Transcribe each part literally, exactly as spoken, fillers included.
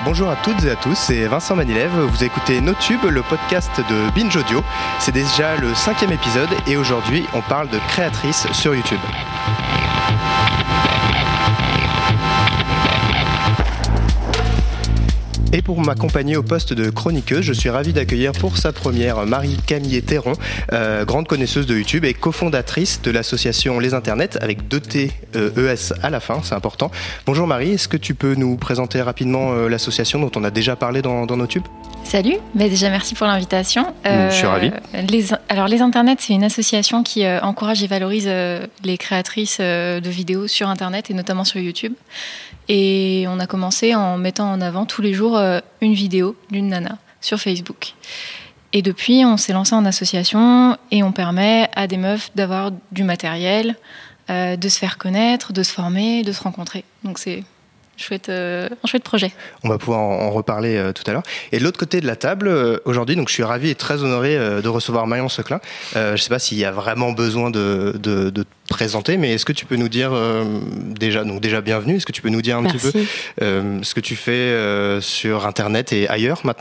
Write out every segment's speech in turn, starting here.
Bonjour à toutes et à tous, c'est Vincent Manilève, vous écoutez NoTube, le podcast de Binge Audio. C'est déjà le cinquième épisode et aujourd'hui on parle de créatrices sur YouTube. Et pour m'accompagner au poste de chroniqueuse, je suis ravi d'accueillir pour sa première Marie-Camille Théron, euh, grande connaisseuse de YouTube et cofondatrice de l'association Les Internets avec deux T E S à la fin, c'est important. Bonjour Marie, est-ce que tu peux nous présenter rapidement euh, l'association dont on a déjà parlé dans, dans NoTube ? Salut, bah déjà merci pour l'invitation. Euh, je suis ravi. Les, alors Les Internets, c'est une association qui euh, encourage et valorise euh, les créatrices euh, de vidéos sur Internet et notamment sur YouTube. Et on a commencé en mettant en avant tous les jours euh, une vidéo d'une nana sur Facebook. Et depuis, on s'est lancé en association et on permet à des meufs d'avoir du matériel, euh, de se faire connaître, de se former, de se rencontrer. Donc c'est Chouette, euh, un chouette projet. On va pouvoir en, en reparler euh, tout à l'heure. Et de l'autre côté de la table, euh, aujourd'hui, donc je suis ravi et très honoré euh, de recevoir Marion Seclin. Euh, je ne sais pas s'il y a vraiment besoin de, de, de te présenter, mais est-ce que tu peux nous dire euh, déjà, donc déjà bienvenue, est-ce que tu peux nous dire un Merci. petit peu euh, ce que tu fais euh, sur Internet et ailleurs maintenant ?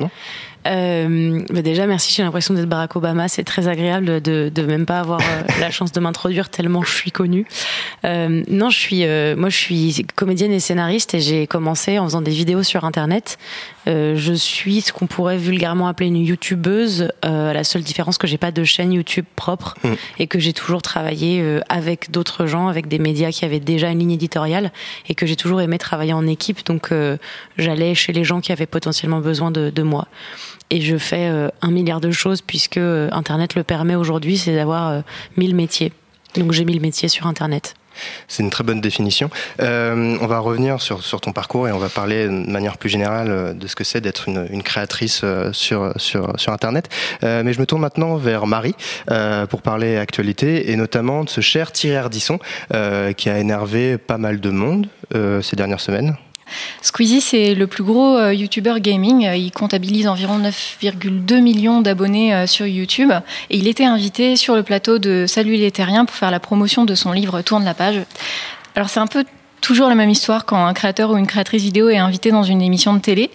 Euh, bah déjà merci, j'ai l'impression d'être Barack Obama, c'est très agréable de, de même pas avoir euh, la chance de m'introduire tellement je suis connue. Euh, non, je suis, euh, moi je suis comédienne et scénariste et j'ai commencé en faisant des vidéos sur Internet. Euh, je suis ce qu'on pourrait vulgairement appeler une youtubeuse, euh, à la seule différence que j'ai pas de chaîne YouTube propre mmh. et que j'ai toujours travaillé euh, avec d'autres gens, avec des médias qui avaient déjà une ligne éditoriale et que j'ai toujours aimé travailler en équipe, donc euh, j'allais chez les gens qui avaient potentiellement besoin de, de moi. Et je fais euh, un milliard de choses puisque euh, Internet le permet aujourd'hui, c'est d'avoir euh, mille métiers. Donc j'ai mille métiers sur Internet. C'est une très bonne définition. Euh, on va revenir sur, sur ton parcours et on va parler de manière plus générale de ce que c'est d'être une, une créatrice sur, sur, sur Internet. Euh, mais je me tourne maintenant vers Marie euh, pour parler actualité et notamment de ce cher Thierry Ardisson euh, qui a énervé pas mal de monde euh, ces dernières semaines. Squeezie, c'est le plus gros euh, YouTuber gaming. Il comptabilise environ neuf virgule deux millions d'abonnés euh, sur YouTube. Et il était invité sur le plateau de Salut les Terriens pour faire la promotion de son livre Tourne la page. Alors c'est un peu toujours la même histoire quand un créateur ou une créatrice vidéo est invité dans une émission de télé.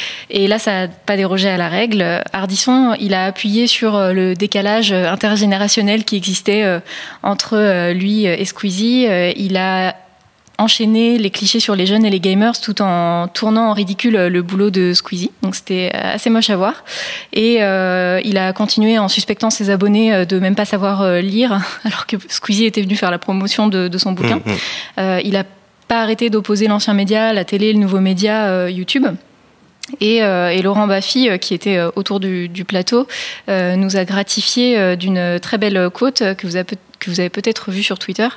Et là, ça n'a pas dérogé à la règle. Ardisson, il a appuyé sur le décalage intergénérationnel qui existait entre lui et Squeezie. Il a enchaîner les clichés sur les jeunes et les gamers tout en tournant en ridicule le boulot de Squeezie. Donc c'était assez moche à voir. Et euh, il a continué en suspectant ses abonnés de même pas savoir euh, lire, alors que Squeezie était venu faire la promotion de, de son bouquin. Mmh, mmh. Euh, il a pas arrêté d'opposer l'ancien média, la télé, le nouveau média, euh, YouTube. Et, euh, et Laurent Baffy, euh, qui était euh, autour du, du plateau, euh, nous a gratifié euh, d'une très belle quote que vous avez, peut- que vous avez peut-être vue sur Twitter.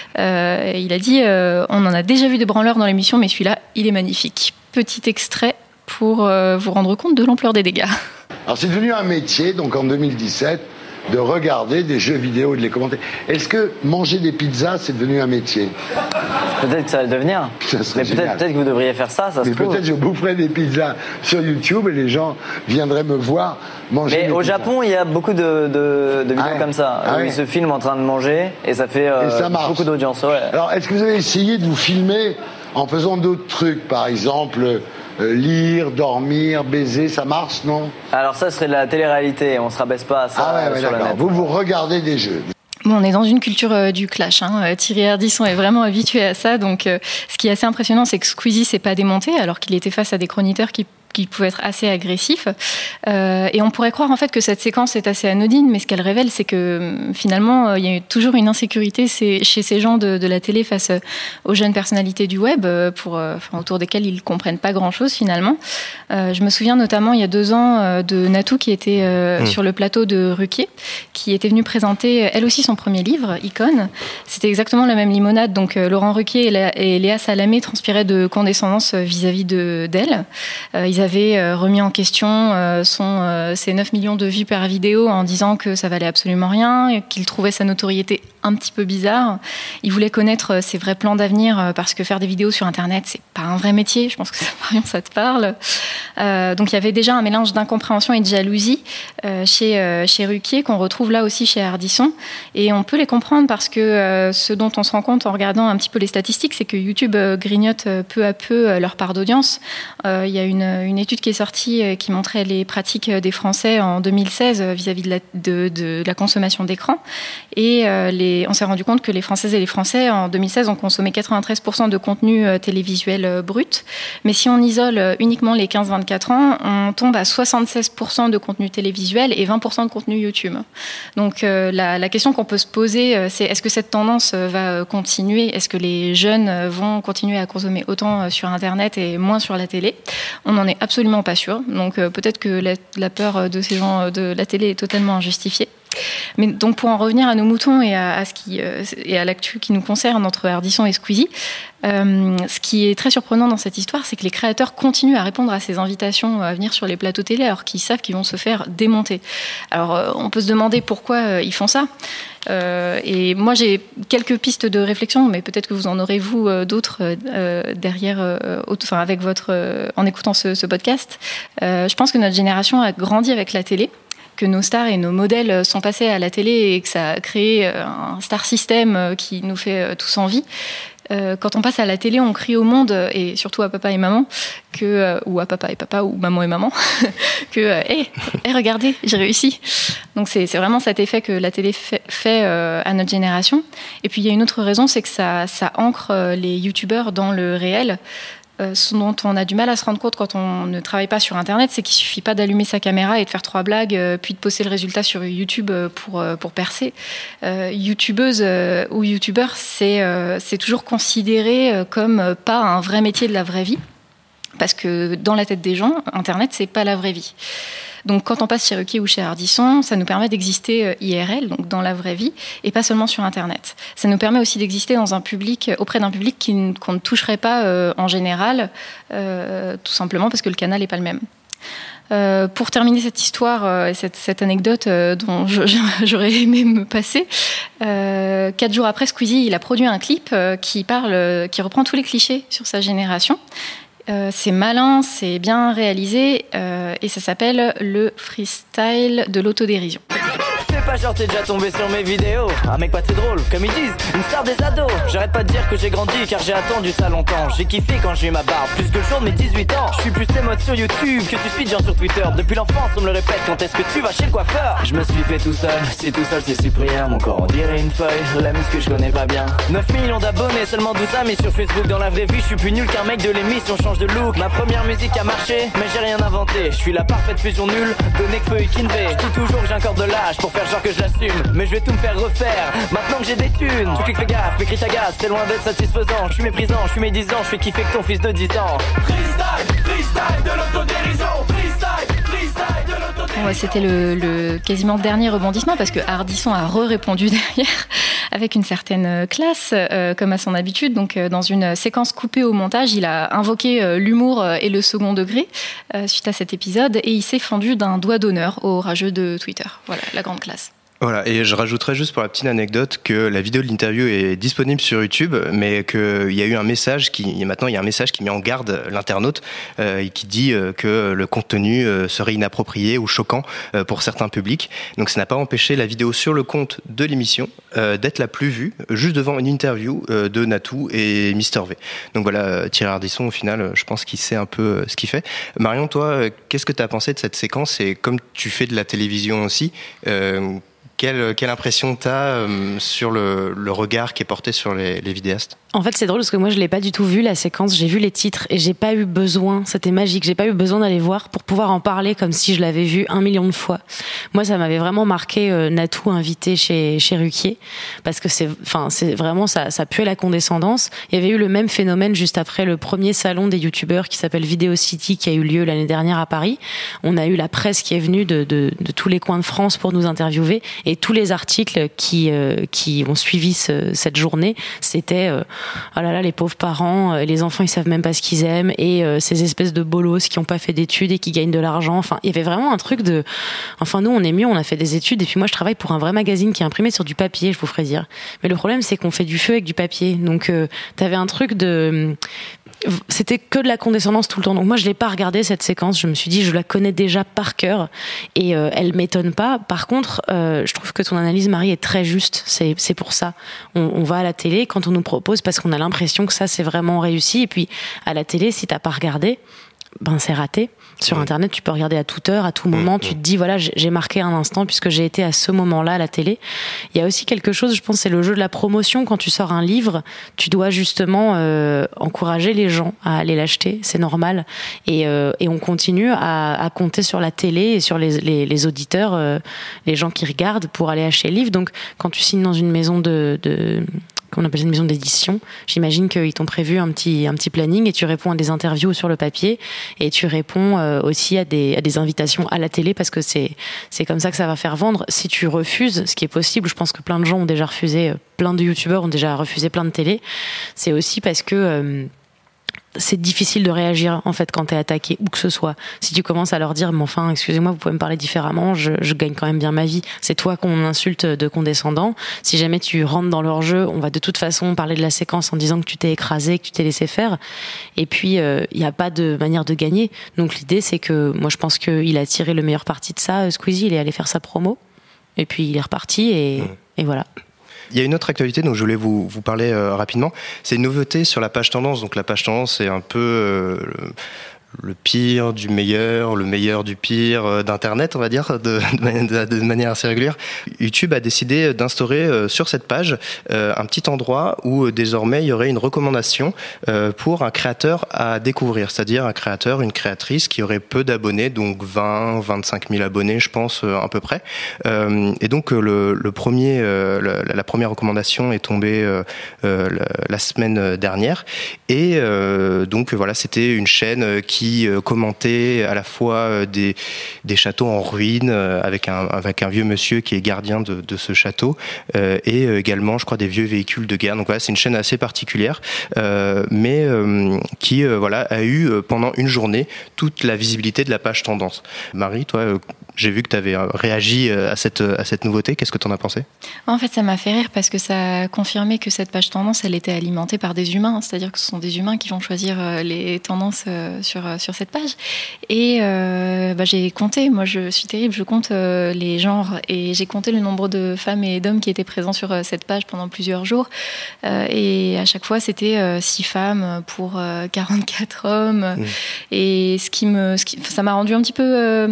Euh, il a dit euh, « On en a déjà vu des branleurs dans l'émission, mais celui-là, il est magnifique. » Petit extrait pour euh, vous rendre compte de l'ampleur des dégâts. Alors c'est devenu un métier, donc en deux mille dix-sept, de regarder des jeux vidéo et de les commenter. Est-ce que manger des pizzas, c'est devenu un métier ? Peut-être que ça va le devenir. Ça serait mais peut-être, génial. peut-être que vous devriez faire ça, ça mais se trouve. peut-être je boufferais des pizzas sur YouTube et les gens viendraient me voir manger mais des au pizzas. Japon, il y a beaucoup de, de, de vidéos ah ouais. comme ça, ah où ouais. ils se filment en train de manger et ça fait euh, et ça marche. beaucoup d'audience. Ouais. Alors, est-ce que vous avez essayé de vous filmer en faisant d'autres trucs, par exemple euh, lire, dormir, baiser, ça marche, non ? Alors ça serait de la télé-réalité, on se rabaisse pas à ça ah ouais, ouais, sur le d'accord. net. Vous, vous regardez des jeux. Bon, on est dans une culture euh, du clash. Hein. Thierry Ardisson est vraiment habitué à ça. Donc, euh, ce qui est assez impressionnant, c'est que Squeezie s'est pas démonté, alors qu'il était face à des chroniqueurs qui qui pouvait être assez agressif. Euh, et on pourrait croire en fait que cette séquence est assez anodine, mais ce qu'elle révèle, c'est que finalement, il y a toujours une insécurité chez ces gens de, de la télé face aux jeunes personnalités du web, pour, enfin, autour desquels ils ne comprennent pas grand-chose finalement. Euh, je me souviens notamment, il y a deux ans, de Natou qui était euh, mmh. sur le plateau de Ruquier, qui était venue présenter, elle aussi, son premier livre, Icône. C'était exactement la même limonade. Donc, euh, Laurent Ruquier et, la, et Léa Salamé transpiraient de condescendance vis-à-vis de, d'elle. Euh, ils avaient remis en question euh, son, euh, ses neuf millions de vues par vidéo en disant que ça valait absolument rien, et qu'ils trouvaient sa notoriété un petit peu bizarre. Ils voulaient connaître ses vrais plans d'avenir parce que faire des vidéos sur Internet, c'est pas un vrai métier. Je pense que ça, Marion, ça te parle. Euh, donc il y avait déjà un mélange d'incompréhension et de jalousie euh, chez, euh, chez Ruquier, qu'on retrouve là aussi chez Ardisson. Et on peut les comprendre parce que euh, ce dont on se rend compte en regardant un petit peu les statistiques, c'est que YouTube euh, grignote euh, peu à peu euh, leur part d'audience. Euh, il y a une, une étude qui est sortie euh, qui montrait les pratiques des Français en deux mille seize euh, vis-à-vis de la, de, de la consommation d'écran. Et euh, les, on s'est rendu compte que les Françaises et les Français, en deux mille seize, ont consommé quatre-vingt-treize pour cent de contenu euh, télévisuel euh, brut. Mais si on isole euh, uniquement les quinze vingt-quatre ans, on tombe à soixante-seize pour cent de contenu télévisuel et vingt pour cent de contenu YouTube. Donc euh, la, la question qu'on peut se poser, euh, c'est est-ce que cette tendance euh, va continuer ? Est-ce que les jeunes euh, vont continuer à consommer autant euh, sur Internet et moins sur la télé ? On n'en est absolument pas sûr. Donc euh, peut-être que la, la peur de ces gens de la télé est totalement injustifiée. Mais donc pour en revenir à nos moutons et à, à ce qui euh, et à l'actu qui nous concerne entre Ardisson et Squeezie, euh, ce qui est très surprenant dans cette histoire, c'est que les créateurs continuent à répondre à ces invitations à venir sur les plateaux télé alors qu'ils savent qu'ils vont se faire démonter. Alors euh, on peut se demander pourquoi euh, ils font ça. Euh, et moi j'ai quelques pistes de réflexion, mais peut-être que vous en aurez vous euh, d'autres euh, derrière, euh, enfin avec votre, euh, en écoutant ce, ce podcast. Euh, je pense que notre génération a grandi avec la télé, que nos stars et nos modèles sont passés à la télé et que ça a créé un star system qui nous fait tous envie. Euh, quand on passe à la télé, on crie au monde, et surtout à papa et maman, que, euh, ou à papa et papa, ou maman et maman, que euh, hey, hey, regardez, j'ai réussi. Donc c'est, c'est vraiment cet effet que la télé fait, fait euh, à notre génération. Et puis il y a une autre raison, c'est que ça, ça ancre les youtubeurs dans le réel. Ce dont on a du mal à se rendre compte quand on ne travaille pas sur Internet, c'est qu'il suffit pas d'allumer sa caméra et de faire trois blagues, puis de poster le résultat sur YouTube pour, pour percer. Euh, YouTubeuse euh, ou YouTubeur, c'est, euh, c'est toujours considéré comme pas un vrai métier de la vraie vie, parce que dans la tête des gens, Internet, c'est pas la vraie vie. Donc quand on passe chez Ruquier ou chez Ardisson, ça nous permet d'exister I R L, donc dans la vraie vie, et pas seulement sur Internet. Ça nous permet aussi d'exister dans un public, auprès d'un public qui, qu'on ne toucherait pas euh, en général, euh, tout simplement parce que le canal n'est pas le même. Euh, pour terminer cette histoire euh, et cette, cette anecdote euh, dont je, j'aurais aimé me passer, euh, quatre jours après, Squeezie, il a produit un clip euh, qui parle, euh, qui reprend tous les clichés sur sa génération. Euh, c'est malin, c'est bien réalisé euh, et ça s'appelle le freestyle de l'autodérision. C'est pas genre t'es déjà tombé sur mes vidéos. Un mec pas très drôle, comme ils disent, une star des ados. J'arrête pas de dire que j'ai grandi car j'ai attendu ça longtemps. J'ai kiffé quand j'ai eu ma barbe, plus que le jour de mes dix-huit ans. Je suis plus tes modes sur YouTube que tu suis genre sur Twitter. Depuis l'enfance on me le répète, quand est-ce que tu vas chez le coiffeur? Je me suis fait tout seul, si tout seul c'est Cyprien. Mon corps on dirait une feuille, la musique que je connais pas bien. neuf millions d'abonnés, seulement douze amis sur Facebook. Dans la vraie vie je suis plus nul qu'un mec de l'émission, change de look. Ma première musique a marché, mais j'ai rien inventé. Je suis la parfaite fusion nulle de Nekfeu et Kinvey. Je dis toujours que j'ai encore de l'âge pour faire genre que je l'assume, mais je vais tout me faire refaire maintenant que j'ai des thunes. Tu cliques, fais gaffe, m'écris ta gaze, c'est loin d'être satisfaisant. Je suis méprisant, je suis médisant, je fais kiffer que ton fils de dix ans. Freestyle, freestyle de l'autodérision. Freestyle, freestyle de l'autodérision. Ouais, c'était le, le quasiment dernier rebondissement parce que Ardisson a re-répondu derrière avec une certaine classe, euh, comme à son habitude. Donc, euh, dans une séquence coupée au montage, il a invoqué euh, l'humour et le second degré euh, suite à cet épisode et il s'est fendu d'un doigt d'honneur aux rageux de Twitter. Voilà, la grande classe. Voilà, et je rajouterais juste pour la petite anecdote que la vidéo de l'interview est disponible sur YouTube, mais qu'il y a eu un message qui, maintenant il y a un message qui met en garde l'internaute euh, et qui dit euh, que le contenu euh, serait inapproprié ou choquant euh, pour certains publics. Donc ça n'a pas empêché la vidéo sur le compte de l'émission euh, d'être la plus vue, juste devant une interview euh, de Natou et Mister V. Donc voilà, Thierry Ardisson au final, je pense qu'il sait un peu euh, ce qu'il fait. Marion, toi, qu'est-ce que tu as pensé de cette séquence? Et comme tu fais de la télévision aussi, euh, Quelle, quelle impression tu as euh, sur le, le regard qui est porté sur les, les vidéastes? En fait, c'est drôle parce que moi, je l'ai pas du tout vu, la séquence. J'ai vu les titres et j'ai pas eu besoin, c'était magique, j'ai pas eu besoin d'aller voir pour pouvoir en parler comme si je l'avais vu un million de fois. Moi, ça m'avait vraiment marqué euh, Natou invité chez, chez Ruquier parce que c'est, enfin, c'est vraiment, ça, ça puait la condescendance. Il y avait eu le même phénomène juste après le premier salon des youtubeurs qui s'appelle Video City qui a eu lieu l'année dernière à Paris. On a eu la presse qui est venue de, de, de tous les coins de France pour nous interviewer et tous les articles qui, euh, qui ont suivi ce, cette journée, c'était, euh, oh là là, les pauvres parents, euh, les enfants ils savent même pas ce qu'ils aiment, et euh, ces espèces de bolos qui ont pas fait d'études et qui gagnent de l'argent. Enfin, il y avait vraiment un truc de, enfin nous on est mieux, on a fait des études, et puis moi je travaille pour un vrai magazine qui est imprimé sur du papier, je vous ferai dire. Mais le problème c'est qu'on fait du feu avec du papier, donc euh, t'avais un truc de, c'était que de la condescendance tout le temps. Donc moi je l'ai pas regardé cette séquence, je me suis dit je la connais déjà par cœur et euh, elle m'étonne pas. Par contre, euh, je trouve que ton analyse, Marie, est très juste. C'est c'est pour ça. On, on va à la télé quand on nous propose parce qu'on a l'impression que ça c'est vraiment réussi. Et puis à la télé, si t'as pas regardé, ben c'est raté. Sur oui. Internet, tu peux regarder à toute heure, à tout moment. Mmh, tu te dis, voilà, j'ai marqué un instant puisque j'ai été à ce moment-là à la télé. Il y a aussi quelque chose, je pense, c'est le jeu de la promotion. Quand tu sors un livre, tu dois justement euh, encourager les gens à aller l'acheter. C'est normal. Et, euh, et on continue à, à compter sur la télé et sur les, les, les auditeurs, euh, les gens qui regardent pour aller acheter le livre. Donc, quand tu signes dans une maison de... de qu'on appelle une maison d'édition, j'imagine qu'ils t'ont prévu un petit un petit planning et tu réponds à des interviews sur le papier et tu réponds euh, aussi à des à des invitations à la télé parce que c'est c'est comme ça que ça va faire vendre. Si tu refuses, ce qui est possible, je pense que plein de gens ont déjà refusé, plein de youtubeurs ont déjà refusé plein de télé, c'est aussi parce que euh, c'est difficile de réagir en fait quand t'es attaqué où que ce soit. Si tu commences à leur dire mais enfin excusez-moi vous pouvez me parler différemment, je, je gagne quand même bien ma vie, c'est toi qu'on insulte de condescendant. Si jamais tu rentres dans leur jeu, on va de toute façon parler de la séquence en disant que tu t'es écrasé, que tu t'es laissé faire, et puis il euh, y a pas de manière de gagner. Donc l'idée c'est que moi je pense qu'il a tiré le meilleur parti de ça. Squeezie il est allé faire sa promo et puis il est reparti et, mmh. et voilà. Il y a une autre actualité dont je voulais vous, vous parler euh, rapidement. C'est une nouveauté sur la page tendance. Donc la page tendance, c'est un peu euh, le, le pire du meilleur, le meilleur du pire euh, d'Internet, on va dire, de, de, de manière assez régulière. YouTube a décidé d'instaurer euh, sur cette page euh, un petit endroit où euh, désormais il y aurait une recommandation euh, pour un créateur à découvrir, c'est-à-dire un créateur, une créatrice qui aurait peu d'abonnés, donc vingt, vingt-cinq mille abonnés, je pense, euh, à peu près. Euh, et donc le, le premier, euh, la, la première recommandation est tombée euh, euh, la, la semaine dernière. Et euh, donc voilà, c'était une chaîne qui qui commentait à la fois des, des châteaux en ruine avec un, avec un vieux monsieur qui est gardien de, de ce château euh, et également, je crois, des vieux véhicules de guerre. Donc voilà, c'est une chaîne assez particulière, euh, mais euh, qui euh, voilà, a eu pendant une journée toute la visibilité de la page tendance. Marie, toi, euh, j'ai vu que tu avais réagi à cette, à cette nouveauté. Qu'est-ce que tu en as pensé ? En fait, ça m'a fait rire parce que ça a confirmé que cette page tendance, elle était alimentée par des humains. C'est-à-dire que ce sont des humains qui vont choisir les tendances sur, sur cette page. Et euh, bah, j'ai compté, moi je suis terrible, je compte euh, les genres et j'ai compté le nombre de femmes et d'hommes qui étaient présents sur euh, cette page pendant plusieurs jours. Euh, et à chaque fois, c'était euh, six femmes pour euh, quarante-quatre hommes. Mmh. Et ce qui me, ce qui, ça m'a rendu un petit peu... Euh,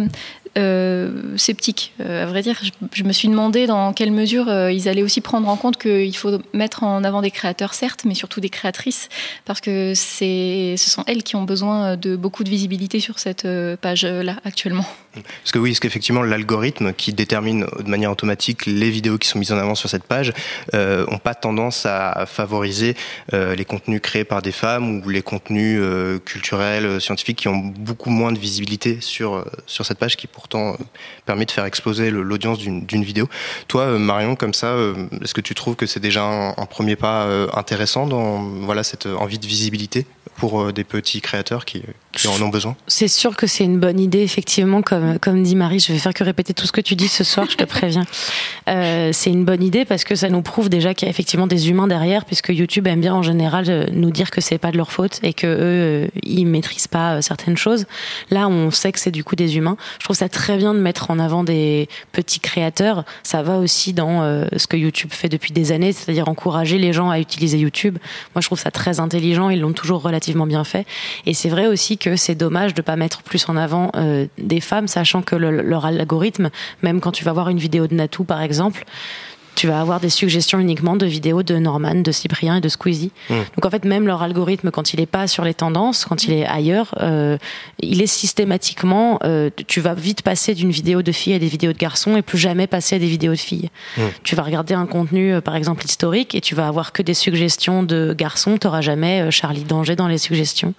Euh, sceptique, euh, à vrai dire. Je, je me suis demandé dans quelle mesure euh, ils allaient aussi prendre en compte qu'il faut mettre en avant des créateurs, certes, mais surtout des créatrices, parce que c'est, ce sont elles qui ont besoin de beaucoup de visibilité sur cette page-là actuellement. Parce que oui, parce qu'effectivement, l'algorithme qui détermine de manière automatique les vidéos qui sont mises en avant sur cette page euh, ont pas tendance à favoriser euh, les contenus créés par des femmes ou les contenus euh, culturels, scientifiques qui ont beaucoup moins de visibilité sur, sur cette page qui pourtant euh, permet de faire exploser le, l'audience d'une, d'une vidéo. Toi, euh, Marion, comme ça, euh, est-ce que tu trouves que c'est déjà un, un premier pas euh, intéressant dans voilà, cette envie de visibilité pour euh, des petits créateurs qui, qui en ont besoin ? C'est sûr que c'est une bonne idée, effectivement, comme, comme dit Marie, je vais faire que répéter tout ce que tu dis ce soir, je te préviens. Euh, c'est une bonne idée parce que ça nous prouve déjà qu'il y a effectivement des humains derrière, puisque YouTube aime bien en général nous dire que c'est pas de leur faute et que eux, ils maîtrisent pas certaines choses. Là, on sait que c'est du coup des humains. Je trouve ça très bien de mettre en avant des petits créateurs. Ça va aussi dans euh, ce que YouTube fait depuis des années, c'est-à-dire encourager les gens à utiliser YouTube. Moi, je trouve ça très intelligent. Ils l'ont toujours relativement bien fait. Et c'est vrai aussi que c'est dommage de pas mettre plus en avant euh, des femmes, sachant que le, leur algorithme, même quand tu vas voir une vidéo de Natou, par exemple, tu vas avoir des suggestions uniquement de vidéos de Norman, de Cyprien et de Squeezie. Mmh. Donc en fait, même leur algorithme, quand il est pas sur les tendances, quand il est ailleurs, euh, il est systématiquement, euh, tu vas vite passer d'une vidéo de filles à des vidéos de garçons et plus jamais passer à des vidéos de filles. Mmh. Tu vas regarder un contenu, euh, par exemple, historique et tu vas avoir que des suggestions de garçons, t'auras jamais euh, Charlie Danger dans les suggestions.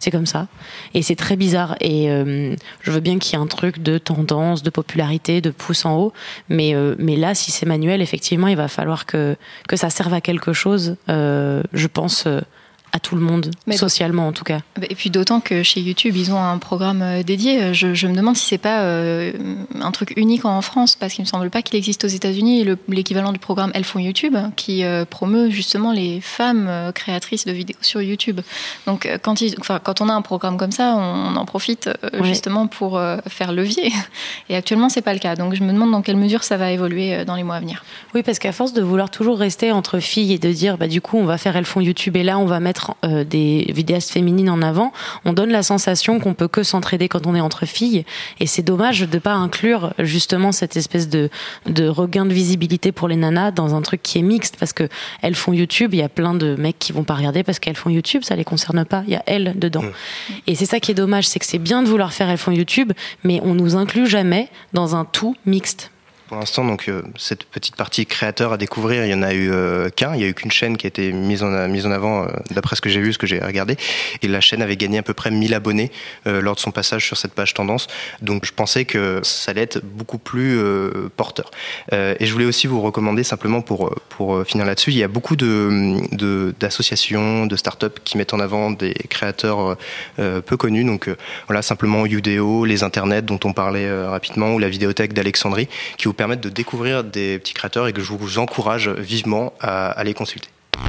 C'est comme ça. Et c'est très bizarre. Et euh, je veux bien qu'il y ait un truc de tendance, de popularité, de pouce en haut. Mais, euh, mais là, si c'est manuel, effectivement, il va falloir que, que ça serve à quelque chose. Euh, je pense... Euh, à tout le monde, mais socialement en tout cas. Et puis d'autant que chez YouTube, ils ont un programme dédié. Je, je me demande si c'est pas euh, un truc unique en France, parce qu'il me semble pas qu'il existe aux États-Unis le, l'équivalent du programme Elles font YouTube, qui euh, promeut justement les femmes euh, créatrices de vidéos sur YouTube. Donc quand, ils, enfin, quand on a un programme comme ça, on, on en profite euh, ouais. justement pour euh, faire levier. Et actuellement, c'est pas le cas. Donc je me demande dans quelle mesure ça va évoluer dans les mois à venir. Oui, parce qu'à force de vouloir toujours rester entre filles et de dire, bah du coup, on va faire Elles font YouTube et là, on va mettre Euh, des vidéastes féminines en avant, on donne la sensation qu'on peut que s'entraider quand on est entre filles, et c'est dommage de pas inclure justement cette espèce de, de regain de visibilité pour les nanas dans un truc qui est mixte, parce que Elles font YouTube, il y a plein de mecs qui vont pas regarder parce qu'elles font YouTube, ça les concerne pas, il y a elles dedans. Mmh. Et c'est ça qui est dommage, c'est que c'est bien de vouloir faire Elles font YouTube, mais on nous inclut jamais dans un tout mixte. Pour l'instant, donc euh, cette petite partie créateur à découvrir, il y en a eu euh, qu'un. Il y a eu qu'une chaîne qui a été mise en mise en avant, euh, d'après ce que j'ai vu, ce que j'ai regardé. Et la chaîne avait gagné à peu près mille abonnés euh, lors de son passage sur cette page tendance. Donc, je pensais que ça allait être beaucoup plus euh, porteur. Euh, et je voulais aussi vous recommander, simplement pour pour finir là-dessus, il y a beaucoup de, de d'associations, de start-up qui mettent en avant des créateurs euh, peu connus. Donc, euh, voilà, simplement Youdéo, les internets dont on parlait euh, rapidement, ou la vidéothèque d'Alexandrie, qui vous permettre de découvrir des petits créateurs et que je vous encourage vivement à, à les consulter.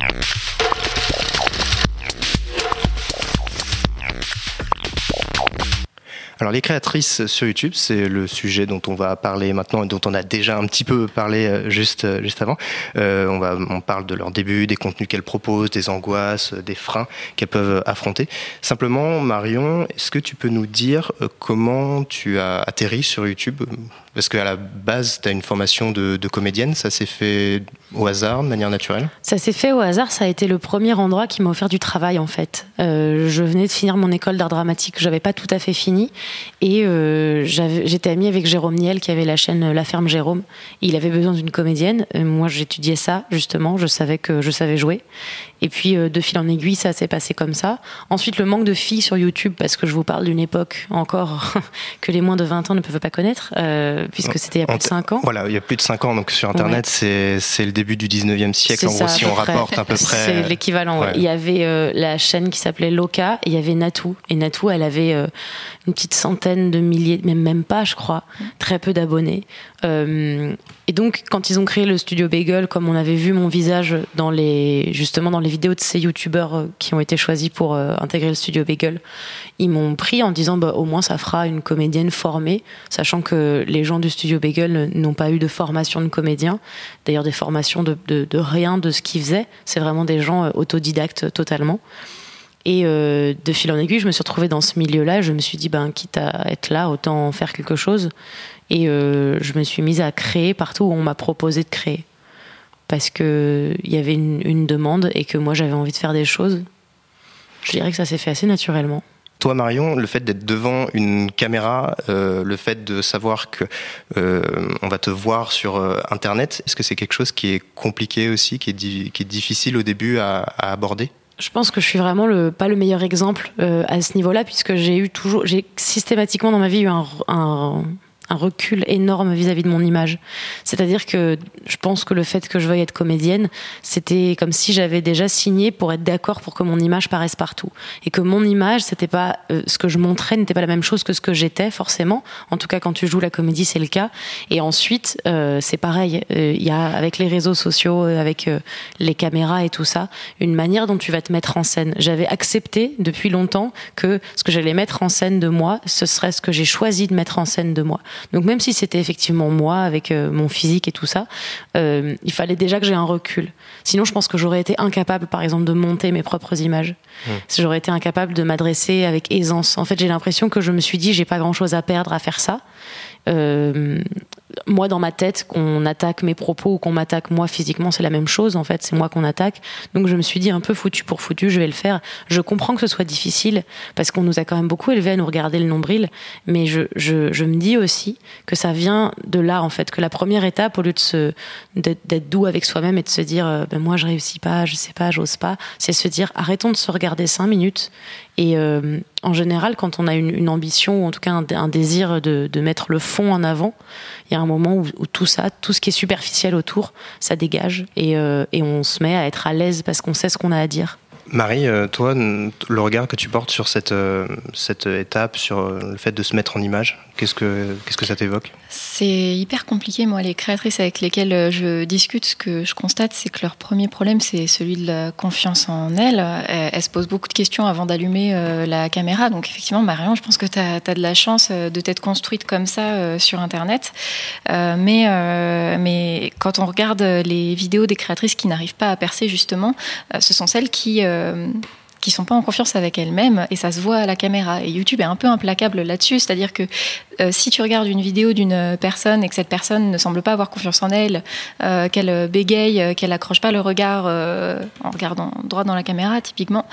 Alors les créatrices sur YouTube, c'est le sujet dont on va parler maintenant et dont on a déjà un petit peu parlé juste juste avant. Euh, on va on parle de leur début, des contenus qu'elles proposent, des angoisses, des freins qu'elles peuvent affronter. Simplement, Marion, est-ce que tu peux nous dire comment tu as atterri sur YouTube ? Parce qu'à la base, tu as une formation de, de comédienne, ça s'est fait au hasard, de manière naturelle ? Ça s'est fait au hasard, ça a été le premier endroit qui m'a offert du travail en fait. Euh, je venais de finir mon école d'art dramatique, j'avais pas tout à fait fini, et euh, j'avais, j'étais amie avec Jérôme Niel qui avait la chaîne La Ferme Jérôme. Il avait besoin d'une comédienne, euh, moi j'étudiais ça justement, je savais que je savais jouer. Et puis euh, de fil en aiguille, ça s'est passé comme ça. Ensuite, le manque de filles sur YouTube, parce que je vous parle d'une époque encore que les moins de vingt ans ne peuvent pas connaître, euh, puisque c'était il y a plus de cinq ans. Voilà, il y a plus de cinq ans, donc sur Internet, ouais. c'est, c'est le début du dix-neuvième siècle, c'est en ça, gros, si on près. rapporte à peu près. C'est l'équivalent, ouais. Ouais. Il y avait euh, la chaîne qui s'appelait Loca, et il y avait Natou. Et Natou, elle avait euh, une petite centaine de milliers, même, même pas, je crois, très peu d'abonnés. Euh, et donc, quand ils ont créé le studio Bagel, comme on avait vu mon visage dans les, justement dans les vidéos de ces youtubeurs qui ont été choisis pour euh, intégrer le studio Bagel, ils m'ont pris en disant bah, au moins ça fera une comédienne formée, sachant que les gens du studio Bagel n'ont pas eu de formation de comédien, d'ailleurs des formations de, de, de rien de ce qu'ils faisaient, c'est vraiment des gens autodidactes totalement. Et euh, de fil en aiguille, je me suis retrouvée dans ce milieu-là. Je me suis dit, ben, quitte à être là, autant faire quelque chose. Et euh, je me suis mise à créer partout où on m'a proposé de créer. Parce qu'il y avait une, une demande et que moi, j'avais envie de faire des choses. Je dirais que ça s'est fait assez naturellement. Toi, Marion, le fait d'être devant une caméra, euh, le fait de savoir que euh, on va te voir sur euh, Internet, est-ce que c'est quelque chose qui est compliqué aussi, qui est, di- qui est difficile au début à, à aborder ? Je pense que je suis vraiment le, pas le meilleur exemple euh, à ce niveau-là, puisque j'ai eu toujours, j'ai systématiquement dans ma vie eu un, un, un recul énorme vis-à-vis de mon image. C'est-à-dire que je pense que le fait que je veuille être comédienne, c'était comme si j'avais déjà signé pour être d'accord pour que mon image paraisse partout. Et que mon image, c'était pas, euh, ce que je montrais n'était pas la même chose que ce que j'étais, forcément. En tout cas, quand tu joues la comédie, c'est le cas. Et ensuite, euh, c'est pareil. Il euh, y a, avec les réseaux sociaux, avec euh, les caméras et tout ça, une manière dont tu vas te mettre en scène. J'avais accepté depuis longtemps que ce que j'allais mettre en scène de moi, ce serait ce que j'ai choisi de mettre en scène de moi. Donc même si c'était effectivement moi, avec euh, mon physique et tout ça, euh, il fallait déjà que j'ai un recul. Sinon, je pense que j'aurais été incapable, par exemple, de monter mes propres images. Mmh. J'aurais été incapable de m'adresser avec aisance. En fait, j'ai l'impression que je me suis dit, j'ai pas grand-chose à perdre à faire ça. Euh, moi, dans ma tête, qu'on attaque mes propos ou qu'on m'attaque moi physiquement, c'est la même chose, en fait, c'est moi qu'on attaque. Donc je me suis dit, un peu foutu pour foutu, je vais le faire. Je comprends que ce soit difficile, parce qu'on nous a quand même beaucoup élevés à nous regarder le nombril, mais je, je, je me dis aussi que ça vient de là, en fait, que la première étape, au lieu de se, d'être, d'être doux avec soi-même et de se dire, ben moi je réussis pas, je sais pas, j'ose pas, c'est se dire, arrêtons de se regarder cinq minutes Et euh, en général, quand on a une, une ambition ou en tout cas un, un désir de, de mettre le fond en avant, il y a un moment où, où tout ça, tout ce qui est superficiel autour, ça dégage et, euh, et on se met à être à l'aise parce qu'on sait ce qu'on a à dire. Marie, toi, le regard que tu portes sur cette, euh, cette étape, sur le fait de se mettre en image, qu'est-ce que, qu'est-ce que ça t'évoque ? C'est hyper compliqué. Moi, les créatrices avec lesquelles je discute, ce que je constate, c'est que leur premier problème, c'est celui de la confiance en elles. Elles se posent beaucoup de questions avant d'allumer la caméra. Donc, effectivement, Marion, je pense que tu as de la chance de t'être construite comme ça sur Internet. Euh, mais, euh, mais quand on regarde les vidéos des créatrices qui n'arrivent pas à percer, justement, ce sont celles qui... Euh, qui sont pas en confiance avec elles-mêmes et ça se voit à la caméra. Et YouTube est un peu implacable là-dessus, c'est-à-dire que euh, si tu regardes une vidéo d'une personne et que cette personne ne semble pas avoir confiance en elle, euh, qu'elle bégaye, qu'elle accroche pas le regard euh, en regardant droit dans la caméra, typiquement,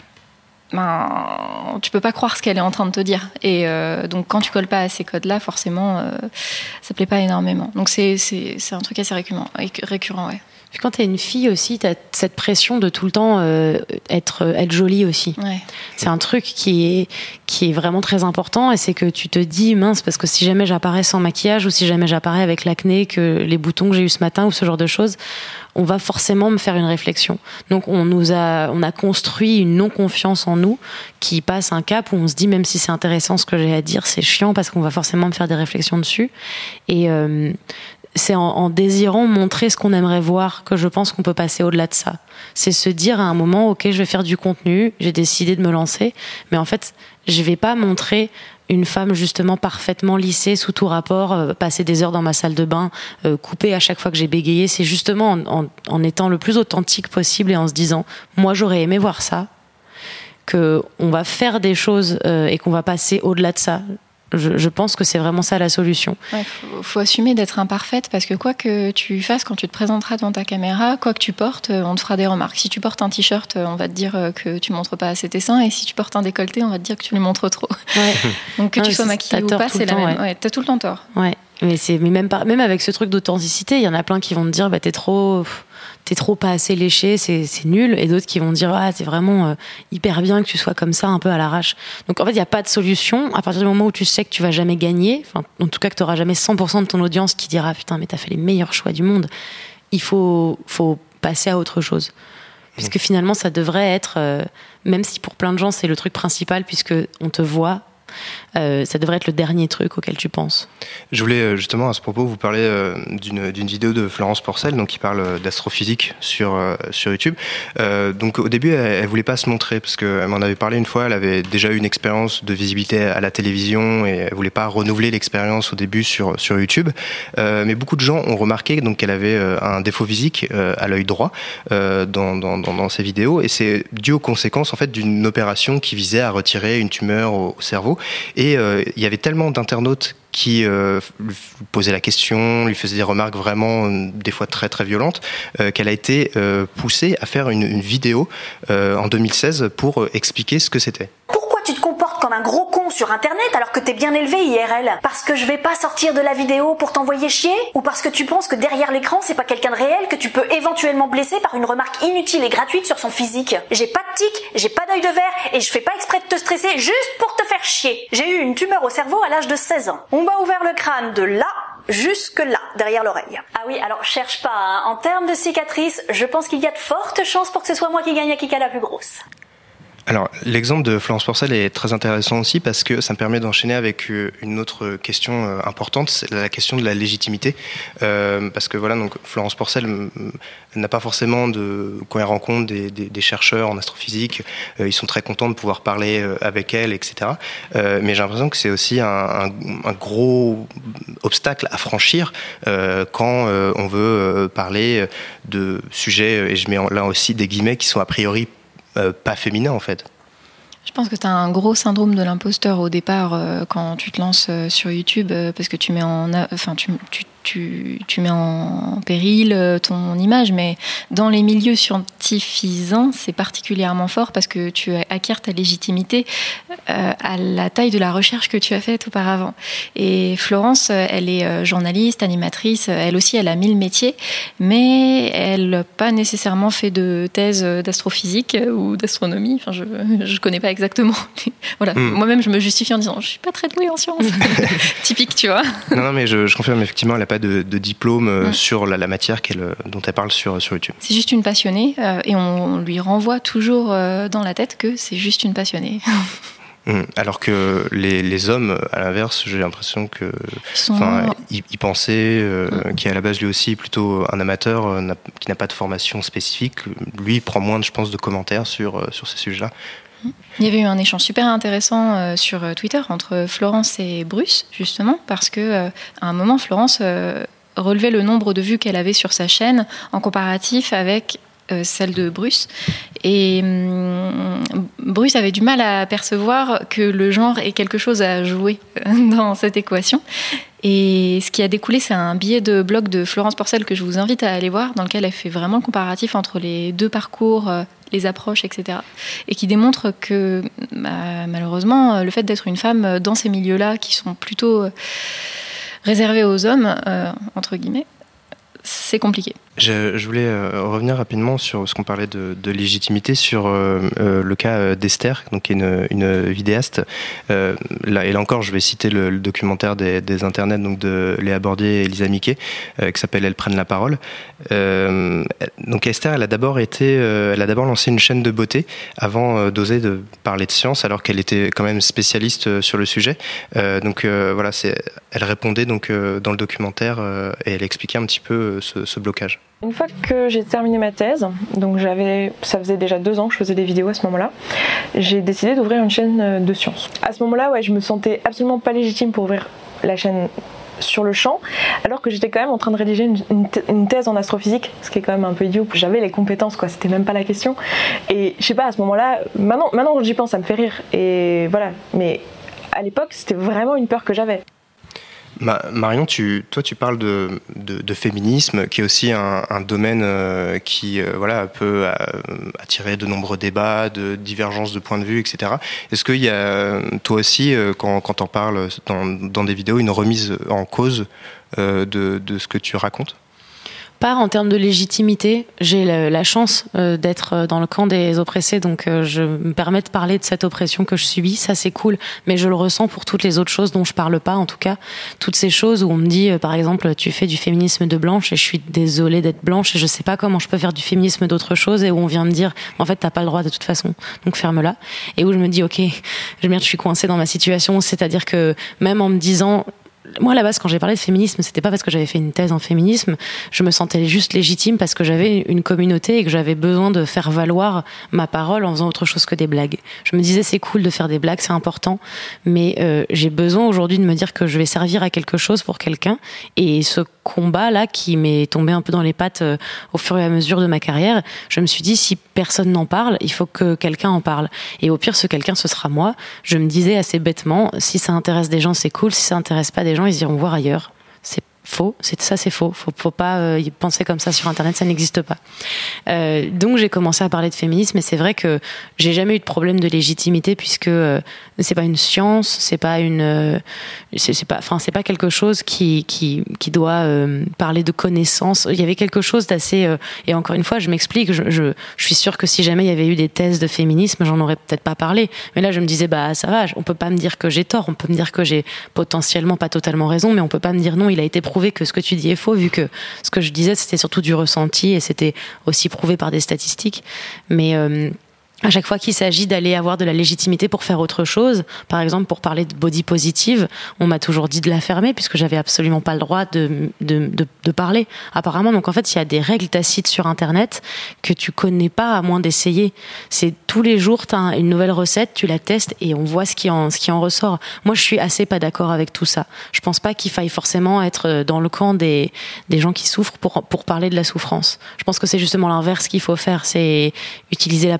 ben, tu peux pas croire ce qu'elle est en train de te dire. Et euh, donc quand tu colles pas à ces codes-là, forcément, euh, ça plaît pas énormément. Donc c'est, c'est, c'est un truc assez récurrent, récurrent ouais. Puis quand t'es une fille aussi, t'as cette pression de tout le temps euh, être être jolie aussi. Ouais. C'est un truc qui est qui est vraiment très important et c'est que tu te dis mince parce que si jamais j'apparais sans maquillage ou si jamais j'apparais avec l'acné, que les boutons que j'ai eu ce matin ou ce genre de choses, on va forcément me faire une réflexion. Donc on nous a on a construit une non confiance en nous qui passe un cap où on se dit même si c'est intéressant ce que j'ai à dire, c'est chiant parce qu'on va forcément me faire des réflexions dessus et euh, c'est en, en désirant montrer ce qu'on aimerait voir que je pense qu'on peut passer au-delà de ça. C'est se dire à un moment, ok, je vais faire du contenu, j'ai décidé de me lancer, mais en fait, je vais pas montrer une femme justement parfaitement lissée sous tout rapport, euh, passer des heures dans ma salle de bain, euh, couper à chaque fois que j'ai bégayé. C'est justement en, en, en étant le plus authentique possible et en se disant, moi j'aurais aimé voir ça, que on va faire des choses euh, et qu'on va passer au-delà de ça. Je, je pense que c'est vraiment ça la solution. Ouais, faut, faut assumer d'être imparfaite parce que quoi que tu fasses quand tu te présenteras devant ta caméra, quoi que tu portes, on te fera des remarques. Si tu portes un t-shirt, on va te dire que tu montres pas assez tes seins et si tu portes un décolleté, on va te dire que tu les montres trop. Ouais. Donc que non, tu sois maquillée ou pas, c'est la temps, même. Ouais. Ouais, t'as tout le temps tort. Ouais. Mais c'est mais même pas même avec ce truc d'authenticité, il y en a plein qui vont te dire bah t'es trop t'es trop pas assez léché, c'est c'est nul, et d'autres qui vont dire ah c'est vraiment euh, hyper bien que tu sois comme ça un peu à l'arrache. Donc en fait il y a pas de solution à partir du moment où tu sais que tu vas jamais gagner, enfin en tout cas que tu auras jamais cent pour cent de ton audience qui dira putain mais t'as fait les meilleurs choix du monde. Il faut faut passer à autre chose. Puisque finalement ça devrait être euh, même si pour plein de gens c'est le truc principal puisque on te voit. Euh, ça devrait être le dernier truc auquel tu penses. Je voulais justement à ce propos vous parler euh, d'une, d'une vidéo de Florence Porcel, donc qui parle d'astrophysique sur euh, sur YouTube. Euh, donc au début, elle, elle voulait pas se montrer parce qu'elle m'en avait parlé une fois. Elle avait déjà eu une expérience de visibilité à la télévision et elle voulait pas renouveler l'expérience au début sur sur YouTube. Euh, mais beaucoup de gens ont remarqué donc qu'elle avait euh, un défaut physique euh, à l'œil droit euh, dans, dans dans dans ses vidéos et c'est dû aux conséquences en fait d'une opération qui visait à retirer une tumeur au, au cerveau. Et euh, il y avait tellement d'internautes qui euh, lui posaient la question, lui faisaient des remarques vraiment euh, des fois très très violentes, euh, qu'elle a été euh, poussée à faire une, une vidéo euh, en deux mille seize pour euh, expliquer ce que c'était. Pourquoi tu te comportes comme un gros con sur internet alors que t'es bien élevé I R L? Parce que je vais pas sortir de la vidéo pour t'envoyer chier? Ou parce que tu penses que derrière l'écran c'est pas quelqu'un de réel que tu peux éventuellement blesser par une remarque inutile et gratuite sur son physique? J'ai pas de tic, j'ai pas d'œil de verre et je fais pas exprès de te stresser juste pour te faire chier. J'ai eu une tumeur au cerveau à l'âge de seize ans. On m'a ouvert le crâne de là jusque là, derrière l'oreille. Ah oui, alors cherche pas, hein. En termes de cicatrices, je pense qu'il y a de fortes chances pour que ce soit moi qui gagne à Kika la plus grosse. Alors, l'exemple de Florence Porcel est très intéressant aussi parce que ça me permet d'enchaîner avec une autre question importante, c'est la question de la légitimité. Euh, parce que voilà, donc Florence Porcel n'a pas forcément de, quand elle rencontre des, des, des chercheurs en astrophysique, euh, ils sont très contents de pouvoir parler avec elle, et cetera. Euh, mais j'ai l'impression que c'est aussi un, un, un gros obstacle à franchir euh, quand euh, on veut parler de sujets, et je mets là aussi des guillemets, qui sont a priori Euh, pas féminin en fait. Je pense que tu as un gros syndrome de l'imposteur au départ euh, quand tu te lances euh, sur YouTube euh, parce que tu mets en, enfin tu, tu tu, tu mets en péril ton image, mais dans les milieux scientifisants, c'est particulièrement fort parce que tu acquiers ta légitimité euh, à la taille de la recherche que tu as faite auparavant. Et Florence, elle est journaliste, animatrice, elle aussi, elle a mille métiers, mais elle n'a pas nécessairement fait de thèse d'astrophysique ou d'astronomie. Enfin, je ne connais pas exactement. Voilà. Mm. Moi-même, je me justifie en disant, je ne suis pas très douée en sciences. Typique, tu vois. Non, non, mais je, je confirme, effectivement, elle n'a pas de, de diplôme mmh. sur la, la matière qu'elle, dont elle parle sur, sur YouTube. C'est juste une passionnée euh, et on, on lui renvoie toujours euh, dans la tête que c'est juste une passionnée. Mmh. Alors que les, les hommes, à l'inverse, j'ai l'impression que, sont... ils, ils pensaient, euh, mmh. qui est à la base lui aussi plutôt un amateur, euh, n'a, qui n'a pas de formation spécifique. Lui, il prend moins, je pense, de commentaires sur, euh, sur ces sujets-là. Il y avait eu un échange super intéressant euh, sur Twitter entre Florence et Bruce, justement, parce que euh, à un moment, Florence euh, relevait le nombre de vues qu'elle avait sur sa chaîne en comparatif avec euh, celle de Bruce. Et hum, Bruce avait du mal à percevoir que le genre ait quelque chose à jouer dans cette équation. Et ce qui a découlé, c'est un billet de blog de Florence Porcel que je vous invite à aller voir, dans lequel elle fait vraiment le comparatif entre les deux parcours, euh, les approches, et cetera. Et qui démontre que, bah, malheureusement, le fait d'être une femme dans ces milieux-là, qui sont plutôt euh, réservés aux hommes, euh, entre guillemets, c'est compliqué. Je, je voulais euh, revenir rapidement sur ce qu'on parlait de, de légitimité, sur euh, euh, le cas d'Esther, donc qui est une, une vidéaste. Euh, là, et là encore, je vais citer le, le documentaire des, des internets, donc de Léa Bordier et Lisa Miquet, euh, qui s'appelle Elles prennent la parole. Euh, donc Esther, elle a d'abord été, euh, elle a d'abord lancé une chaîne de beauté avant euh, d'oser de parler de science, alors qu'elle était quand même spécialiste sur le sujet. Euh, donc euh, voilà, c'est, elle répondait donc euh, dans le documentaire euh, et elle expliquait un petit peu euh, ce, ce blocage. Une fois que j'ai terminé ma thèse, donc j'avais, ça faisait déjà deux ans que je faisais des vidéos à ce moment-là, j'ai décidé d'ouvrir une chaîne de sciences. À ce moment-là, ouais, je me sentais absolument pas légitime pour ouvrir la chaîne sur le champ, alors que j'étais quand même en train de rédiger une, une thèse en astrophysique, ce qui est quand même un peu idiot. J'avais les compétences, quoi, c'était même pas la question. Et je sais pas, à ce moment-là, maintenant, maintenant que j'y pense, ça me fait rire. Et voilà, mais à l'époque, c'était vraiment une peur que j'avais. Marion, tu, toi, tu parles de, de, de féminisme, qui est aussi un, un domaine euh, qui euh, voilà, peut euh, attirer de nombreux débats, de divergences de points de vue, et cetera. Est-ce qu'il y a, toi aussi, euh, quand, quand on parle dans, dans des vidéos, une remise en cause euh, de, de ce que tu racontes ? Pas en termes de légitimité. J'ai la, la chance euh, d'être dans le camp des oppressés, donc euh, je me permets de parler de cette oppression que je subis. Ça, c'est cool, mais je le ressens pour toutes les autres choses dont je parle pas, en tout cas. Toutes ces choses où on me dit, euh, par exemple, tu fais du féminisme de blanche et je suis désolée d'être blanche et je sais pas comment je peux faire du féminisme d'autre chose, et où on vient me dire, en fait, t'as pas le droit de toute façon, donc ferme-la. Et où je me dis, ok, je, merde, je suis coincée dans ma situation, c'est-à-dire que même en me disant... Moi, à la base, quand j'ai parlé de féminisme, c'était pas parce que j'avais fait une thèse en féminisme. Je me sentais juste légitime parce que j'avais une communauté et que j'avais besoin de faire valoir ma parole en faisant autre chose que des blagues. Je me disais, c'est cool de faire des blagues, c'est important, mais euh, j'ai besoin aujourd'hui de me dire que je vais servir à quelque chose pour quelqu'un. Et ce combat-là, qui m'est tombé un peu dans les pattes euh, au fur et à mesure de ma carrière, je me suis dit, si personne n'en parle, il faut que quelqu'un en parle. Et au pire, ce quelqu'un, ce sera moi. Je me disais assez bêtement, si ça intéresse des gens, c'est cool. Si ça intéresse pas des gens, ils iront voir ailleurs. C'est faux, c'est ça, c'est faux. Faut, faut pas euh, penser comme ça sur Internet, ça n'existe pas. Euh, donc j'ai commencé à parler de féminisme, et c'est vrai que j'ai jamais eu de problème de légitimité puisque euh, c'est pas une science, c'est pas une, euh, c'est, c'est pas, enfin c'est pas quelque chose qui qui qui doit euh, parler de connaissances. Il y avait quelque chose d'assez euh, et encore une fois, je m'explique, je, je je suis sûre que si jamais il y avait eu des thèses de féminisme, j'en aurais peut-être pas parlé. Mais là, je me disais bah ça va, on peut pas me dire que j'ai tort, on peut me dire que j'ai potentiellement pas totalement raison, mais on peut pas me dire non, il a été prouvé que ce que tu dis est faux, vu que ce que je disais c'était surtout du ressenti et c'était aussi prouvé par des statistiques. Mais euh, à chaque fois qu'il s'agit d'aller avoir de la légitimité pour faire autre chose, par exemple pour parler de body positive, on m'a toujours dit de la fermer puisque j'avais absolument pas le droit de, de, de, de parler, apparemment. Donc en fait, il y a des règles tacites sur Internet que tu connais pas à moins d'essayer. C'est tous les jours, tu as une nouvelle recette, tu la testes et on voit ce qui en, ce qui en ressort. Moi, je suis assez pas d'accord avec tout ça. Je pense pas qu'il faille forcément être dans le camp des, des gens qui souffrent pour, pour parler de la souffrance. Je pense que c'est justement l'inverse qu'il faut faire, c'est utiliser la parole quand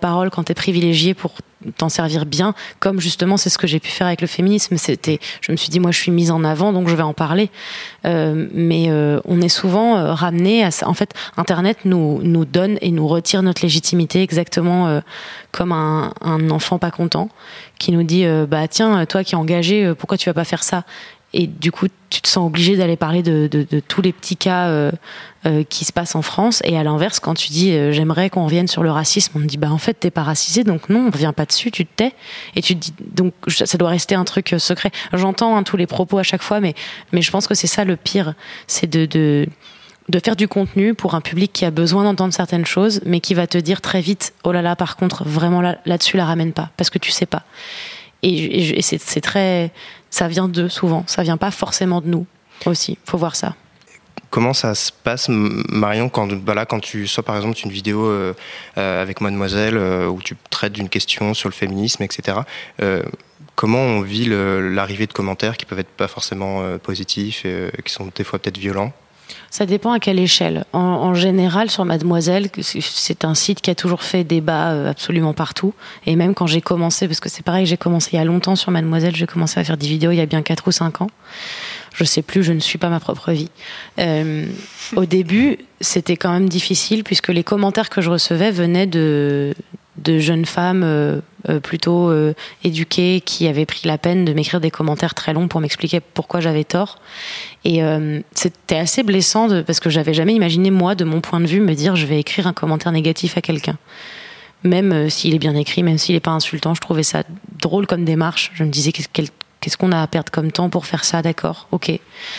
t'es privilégié pour t'en servir bien, comme justement c'est ce que j'ai pu faire avec le féminisme. C'était, je me suis dit moi je suis mise en avant donc je vais en parler. Euh, mais euh, on est souvent euh, ramené à ça. En fait, Internet nous nous donne et nous retire notre légitimité exactement euh, comme un, un enfant pas content qui nous dit euh, bah tiens toi qui es engagé euh, pourquoi tu vas pas faire ça. Et du coup, tu te sens obligé d'aller parler de, de, de tous les petits cas euh, euh, qui se passent en France. Et à l'inverse, quand tu dis euh, j'aimerais qu'on revienne sur le racisme, on te dit bah en fait t'es pas racisé, donc non, on revient pas dessus, tu te tais. Et tu te dis donc ça doit rester un truc secret. J'entends hein, tous les propos à chaque fois, mais mais je pense que c'est ça le pire, c'est de de de faire du contenu pour un public qui a besoin d'entendre certaines choses, mais qui va te dire très vite oh là là, par contre vraiment là, là-dessus la ramène pas, parce que tu sais pas. Et, et, et c'est, c'est très, ça vient d'eux souvent, ça vient pas forcément de nous aussi. Faut voir ça. Comment ça se passe, Marion, quand, bah là, quand tu sors par exemple une vidéo euh, euh, avec Mademoiselle euh, où tu traites d'une question sur le féminisme, et cetera. Euh, comment on vit le, l'arrivée de commentaires qui peuvent être pas forcément euh, positifs, et, qui sont des fois peut-être violents? Ça dépend à quelle échelle. En, en général, sur Mademoiselle, c'est un site qui a toujours fait débat absolument partout. Et même quand j'ai commencé, parce que c'est pareil, j'ai commencé il y a longtemps sur Mademoiselle, j'ai commencé à faire des vidéos il y a bien quatre ou cinq ans. Je sais plus, je ne suis pas ma propre vie. Euh, au début, c'était quand même difficile puisque les commentaires que je recevais venaient de, de jeunes femmes euh, euh, plutôt euh, éduquées qui avaient pris la peine de m'écrire des commentaires très longs pour m'expliquer pourquoi j'avais tort. Et euh, c'était assez blessant de, parce que j'avais jamais imaginé, moi, de mon point de vue, me dire je vais écrire un commentaire négatif à quelqu'un. Même euh, s'il est bien écrit, même s'il n'est pas insultant, je trouvais ça drôle comme démarche. Je me disais qu'est-ce, qu'est-ce qu'on a à perdre comme temps pour faire ça, d'accord, ok.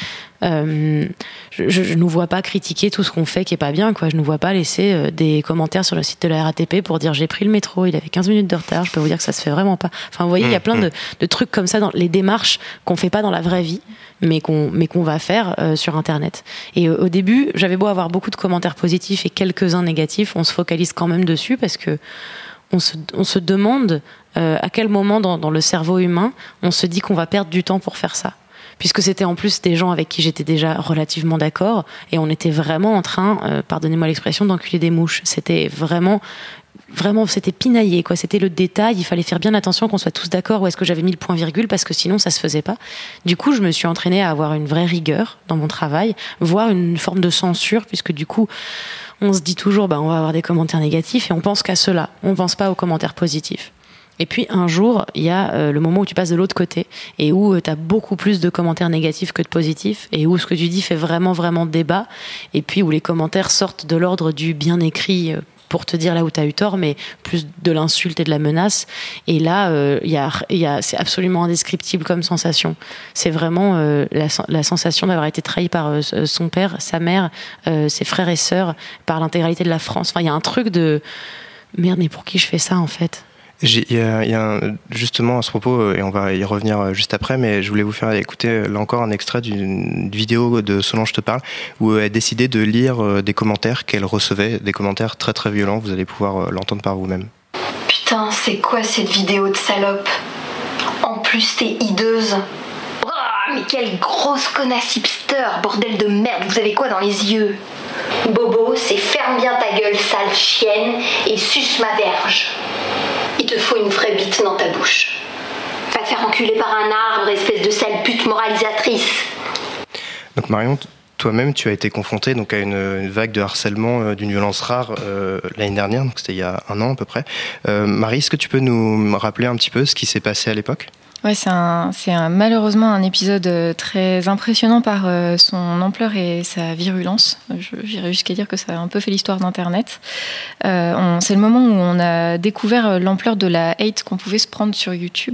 Euh, je, je ne nous vois pas critiquer tout ce qu'on fait qui est pas bien, quoi. Je ne nous vois pas laisser euh, des commentaires sur le site de la R A T P pour dire j'ai pris le métro, il avait quinze minutes de retard. Je peux vous dire que ça se fait vraiment pas. Enfin, vous voyez, il y a plein de, de trucs comme ça dans les démarches qu'on fait pas dans la vraie vie, mais qu'on, mais qu'on va faire euh, sur Internet. Et euh, au début, j'avais beau avoir beaucoup de commentaires positifs et quelques-uns négatifs, on se focalise quand même dessus parce que on se, on se demande euh, à quel moment dans, dans le cerveau humain on se dit qu'on va perdre du temps pour faire ça. Puisque c'était en plus des gens avec qui j'étais déjà relativement d'accord, et on était vraiment en train, euh, pardonnez-moi l'expression, d'enculer des mouches. C'était vraiment, vraiment, c'était pinaillé, quoi. C'était le détail, il fallait faire bien attention qu'on soit tous d'accord où est-ce que j'avais mis le point-virgule, parce que sinon ça se faisait pas. Du coup, je me suis entraînée à avoir une vraie rigueur dans mon travail, voire une forme de censure, puisque du coup, on se dit toujours, bah, on va avoir des commentaires négatifs, et on pense qu'à cela, on pense pas aux commentaires positifs. Et puis un jour, il y a euh, le moment où tu passes de l'autre côté et où euh, tu as beaucoup plus de commentaires négatifs que de positifs et où ce que tu dis fait vraiment, vraiment débat et puis où les commentaires sortent de l'ordre du bien écrit euh, pour te dire là où tu as eu tort, mais plus de l'insulte et de la menace. Et là, euh, y a, y a, c'est absolument indescriptible comme sensation. C'est vraiment euh, la, la sensation d'avoir été trahi par euh, son père, sa mère, euh, ses frères et sœurs, par l'intégralité de la France. Enfin, il y a un truc de... Merde, mais pour qui je fais ça, en fait ? Il y a, y a un, justement à ce propos, et on va y revenir juste après, mais je voulais vous faire écouter là encore un extrait d'une vidéo de Solange te parle, où elle a décidé de lire des commentaires qu'elle recevait, des commentaires très très violents, vous allez pouvoir l'entendre par vous-même. Putain, c'est quoi cette vidéo de salope ? En plus, t'es hideuse. Oh, mais quelle grosse connasse hipster, bordel de merde, vous avez quoi dans les yeux ? Bobo, c'est ferme bien ta gueule, sale chienne, et suce ma verge. Il te faut une vraie bite dans ta bouche. Va te faire enculer par un arbre, espèce de sale pute moralisatrice. Donc Marion, toi-même, tu as été confrontée donc à une, une vague de harcèlement euh, d'une violence rare euh, l'année dernière, donc c'était il y a un an à peu près. Euh, Marie, est-ce que tu peux nous rappeler un petit peu ce qui s'est passé à l'époque ? Ouais, c'est, un, c'est un, malheureusement un épisode très impressionnant par euh, son ampleur et sa virulence. Je, j'irais jusqu'à dire que ça a un peu fait l'histoire d'Internet. Euh, on, c'est le moment où on a découvert l'ampleur de la hate qu'on pouvait se prendre sur YouTube.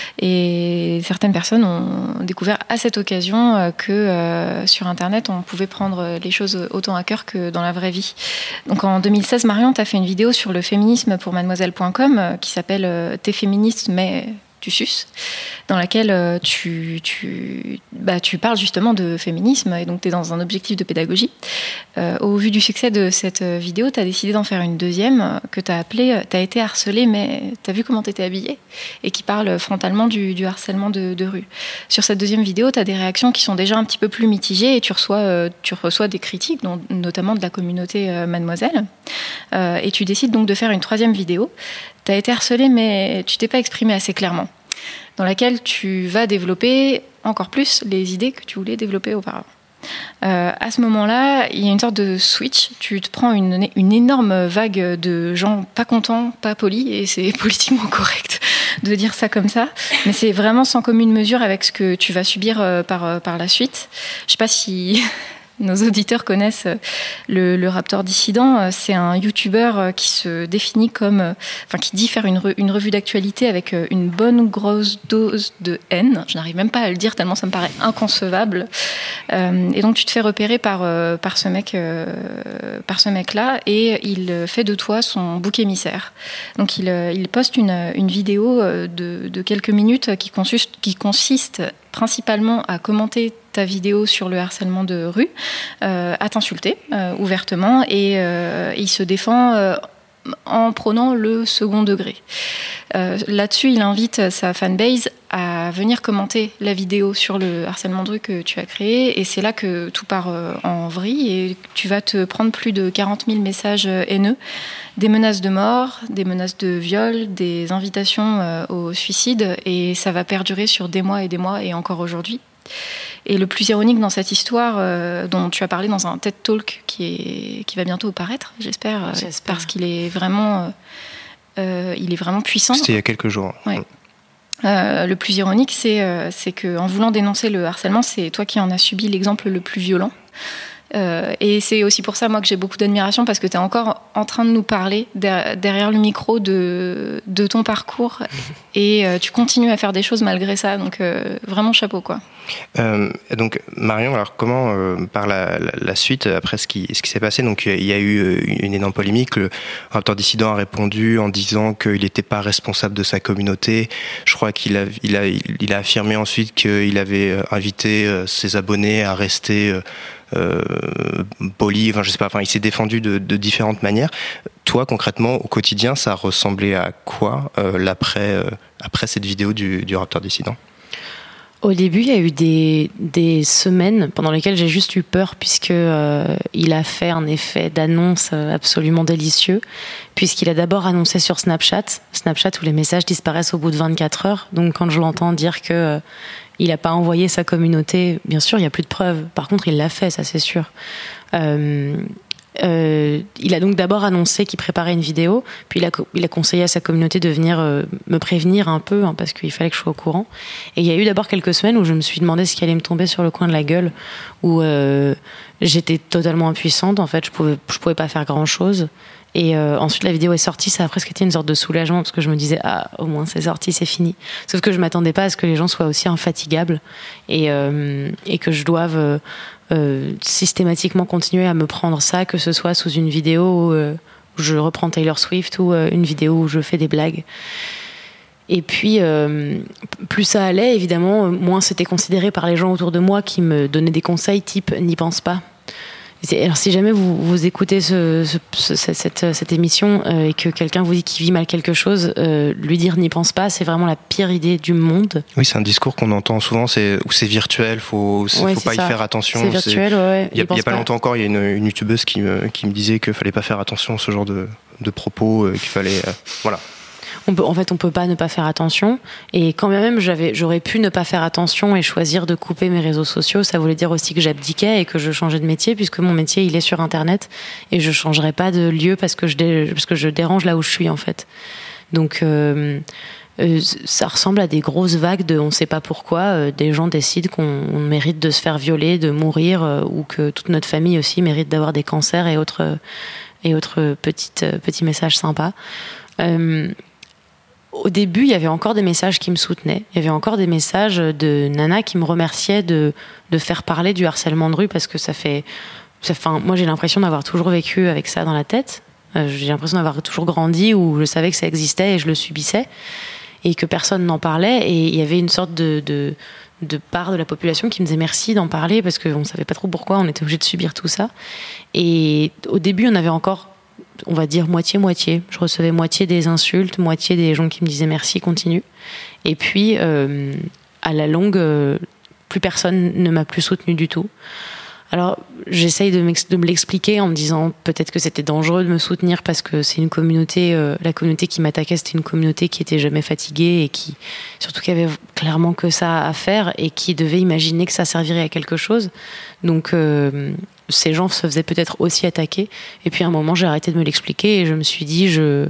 Et certaines personnes ont découvert à cette occasion que euh, sur Internet, on pouvait prendre les choses autant à cœur que dans la vraie vie. Donc en deux mille seize, Marion, tu as fait une vidéo sur le féminisme pour mademoiselle point com qui s'appelle « T'es féministe, mais... » tu suces, dans laquelle euh, tu, tu, bah, tu parles justement de féminisme et donc tu es dans un objectif de pédagogie. Euh, au vu du succès de cette vidéo, tu as décidé d'en faire une deuxième que tu as appelée « T'as été harcelée, mais t'as vu comment t'étais habillée ?» et qui parle frontalement du, du harcèlement de, de rue. Sur cette deuxième vidéo, tu as des réactions qui sont déjà un petit peu plus mitigées et tu reçois, euh, tu reçois des critiques, dont, notamment de la communauté euh, Mademoiselle. Euh, et tu décides donc de faire une troisième vidéo. Tu as été harcelée, mais tu t'es pas exprimée assez clairement, dans laquelle tu vas développer encore plus les idées que tu voulais développer auparavant. Euh, à ce moment-là, il y a une sorte de switch. Tu te prends une, une énorme vague de gens pas contents, pas polis, et c'est politiquement correct de dire ça comme ça, mais c'est vraiment sans commune mesure avec ce que tu vas subir euh, par, euh, par la suite. Je sais pas si nos auditeurs connaissent le, le Raptor Dissident. C'est un youtubeur qui se définit comme, enfin, qui dit faire une, re, une revue d'actualité avec une bonne grosse dose de haine. Je n'arrive même pas à le dire tellement ça me paraît inconcevable. Euh, et donc tu te fais repérer par, euh, par ce mec, euh, par ce mec-là, et il fait de toi son bouc émissaire. Donc il, il poste une, une vidéo de, de quelques minutes qui consiste, qui consiste principalement à commenter ta vidéo sur le harcèlement de rue, euh, à t'insulter euh, ouvertement, et euh, il se défend euh, en prônant le second degré. Euh, là-dessus, il invite sa fanbase à venir commenter la vidéo sur le harcèlement de rue que tu as créé, et c'est là que tout part euh, en vrille, et tu vas te prendre plus de quarante mille messages haineux, des menaces de mort, des menaces de viol, des invitations euh, au suicide, et ça va perdurer sur des mois et des mois, et encore aujourd'hui. Et le plus ironique dans cette histoire, euh, dont tu as parlé dans un TED Talk qui, est, qui va bientôt paraître, j'espère, j'espère. parce qu'il est vraiment, euh, il est vraiment puissant. C'était il y a quelques jours. Ouais. Euh, le plus ironique, c'est, euh, c'est qu'en voulant dénoncer le harcèlement, c'est toi qui en as subi l'exemple le plus violent. Euh, et c'est aussi pour ça, moi, que j'ai beaucoup d'admiration, parce que tu es encore en train de nous parler der- derrière le micro de, de ton parcours, et euh, tu continues à faire des choses malgré ça, donc euh, vraiment chapeau, quoi. Euh, donc Marion, alors comment euh, par la, la, la suite, après ce qui, ce qui s'est passé, donc il y a eu une énorme polémique. Le Raptor Dissident a répondu en disant qu'il n'était pas responsable de sa communauté. Je crois qu'il a, il a, il a affirmé ensuite qu'il avait invité ses abonnés à rester Euh, poli, enfin je sais pas, enfin il s'est défendu de, de différentes manières. Toi concrètement au quotidien, ça ressemblait à quoi euh, l'après euh, après cette vidéo du, du Raptor Dissident? Au début, il y a eu des, des semaines pendant lesquelles j'ai juste eu peur, puisque euh, il a fait un effet d'annonce absolument délicieux, puisqu'il a d'abord annoncé sur Snapchat, Snapchat où les messages disparaissent au bout de vingt-quatre heures. Donc quand je l'entends dire que euh, il n'a pas envoyé sa communauté, bien sûr, il n'y a plus de preuves. Par contre, il l'a fait, ça c'est sûr. Euh, Euh, il a donc d'abord annoncé qu'il préparait une vidéo, puis il a, il a conseillé à sa communauté de venir euh, me prévenir un peu, hein, parce qu'il fallait que je sois au courant. Et il y a eu d'abord quelques semaines où je me suis demandé ce qui allait me tomber sur le coin de la gueule, où euh, j'étais totalement impuissante, en fait, je pouvais, je pouvais pas faire grand-chose. Et euh, ensuite la vidéo est sortie, ça a presque été une sorte de soulagement, parce que je me disais ah au moins c'est sorti, c'est fini. Sauf que je m'attendais pas à ce que les gens soient aussi infatigables, et, euh, et que je doive euh, euh, systématiquement continuer à me prendre ça, que ce soit sous une vidéo où, euh, où je reprends Taylor Swift, ou euh, une vidéo où je fais des blagues. Et puis euh, plus ça allait, évidemment, moins c'était considéré par les gens autour de moi, qui me donnaient des conseils type n'y pense pas. Alors si jamais vous, vous écoutez ce, ce, ce, cette, cette émission euh, et que quelqu'un vous dit qu'il vit mal quelque chose, euh, lui dire n'y pense pas, c'est vraiment la pire idée du monde. Oui, c'est un discours qu'on entend souvent, c'est, où c'est virtuel, faut, c'est, ouais, faut c'est pas ça. y faire attention. C'est virtuel, ouais. Il y a, y a pas, pas longtemps encore, il y a une, une youtubeuse qui me, qui me disait qu'il fallait pas faire attention à ce genre de, de propos, euh, qu'il fallait, euh, voilà. On peut, en fait, on peut pas ne pas faire attention. Et quand même, j'avais, j'aurais pu ne pas faire attention et choisir de couper mes réseaux sociaux. Ça voulait dire aussi que j'abdiquais et que je changeais de métier, puisque mon métier, il est sur Internet. Et je changerais pas de lieu parce que je, dé, parce que je dérange là où je suis, en fait. Donc, euh, euh, ça ressemble à des grosses vagues de on sait pas pourquoi. Euh, des gens décident qu'on on mérite de se faire violer, de mourir, euh, ou que toute notre famille aussi mérite d'avoir des cancers et autres, euh, et autres petites, euh, petits messages sympas. Euh, Au début, il y avait encore des messages qui me soutenaient. Il y avait encore des messages de nanas qui me remerciaient de, de faire parler du harcèlement de rue, parce que ça fait... Ça, enfin, moi, j'ai l'impression d'avoir toujours vécu avec ça dans la tête. Euh, j'ai l'impression d'avoir toujours grandi où je savais que ça existait et je le subissais. et que personne n'en parlait. Et il y avait une sorte de, de, de part de la population qui me disait merci d'en parler parce qu'on ne savait pas trop pourquoi on était obligé de subir tout ça. Et au début, on avait encore, on va dire, moitié-moitié. Je recevais moitié des insultes, moitié des gens qui me disaient merci, continue. Et puis, euh, à la longue, euh, plus personne ne m'a plus soutenue du tout. Alors, j'essaye de, de me l'expliquer en me disant peut-être que c'était dangereux de me soutenir parce que c'est une communauté, euh, la communauté qui m'attaquait, c'était une communauté qui était jamais fatiguée et qui, surtout qui avait clairement que ça à faire et qui devait imaginer que ça servirait à quelque chose. Donc, euh, ces gens se faisaient peut-être aussi attaquer. Et puis, à un moment, j'ai arrêté de me l'expliquer et je me suis dit, je,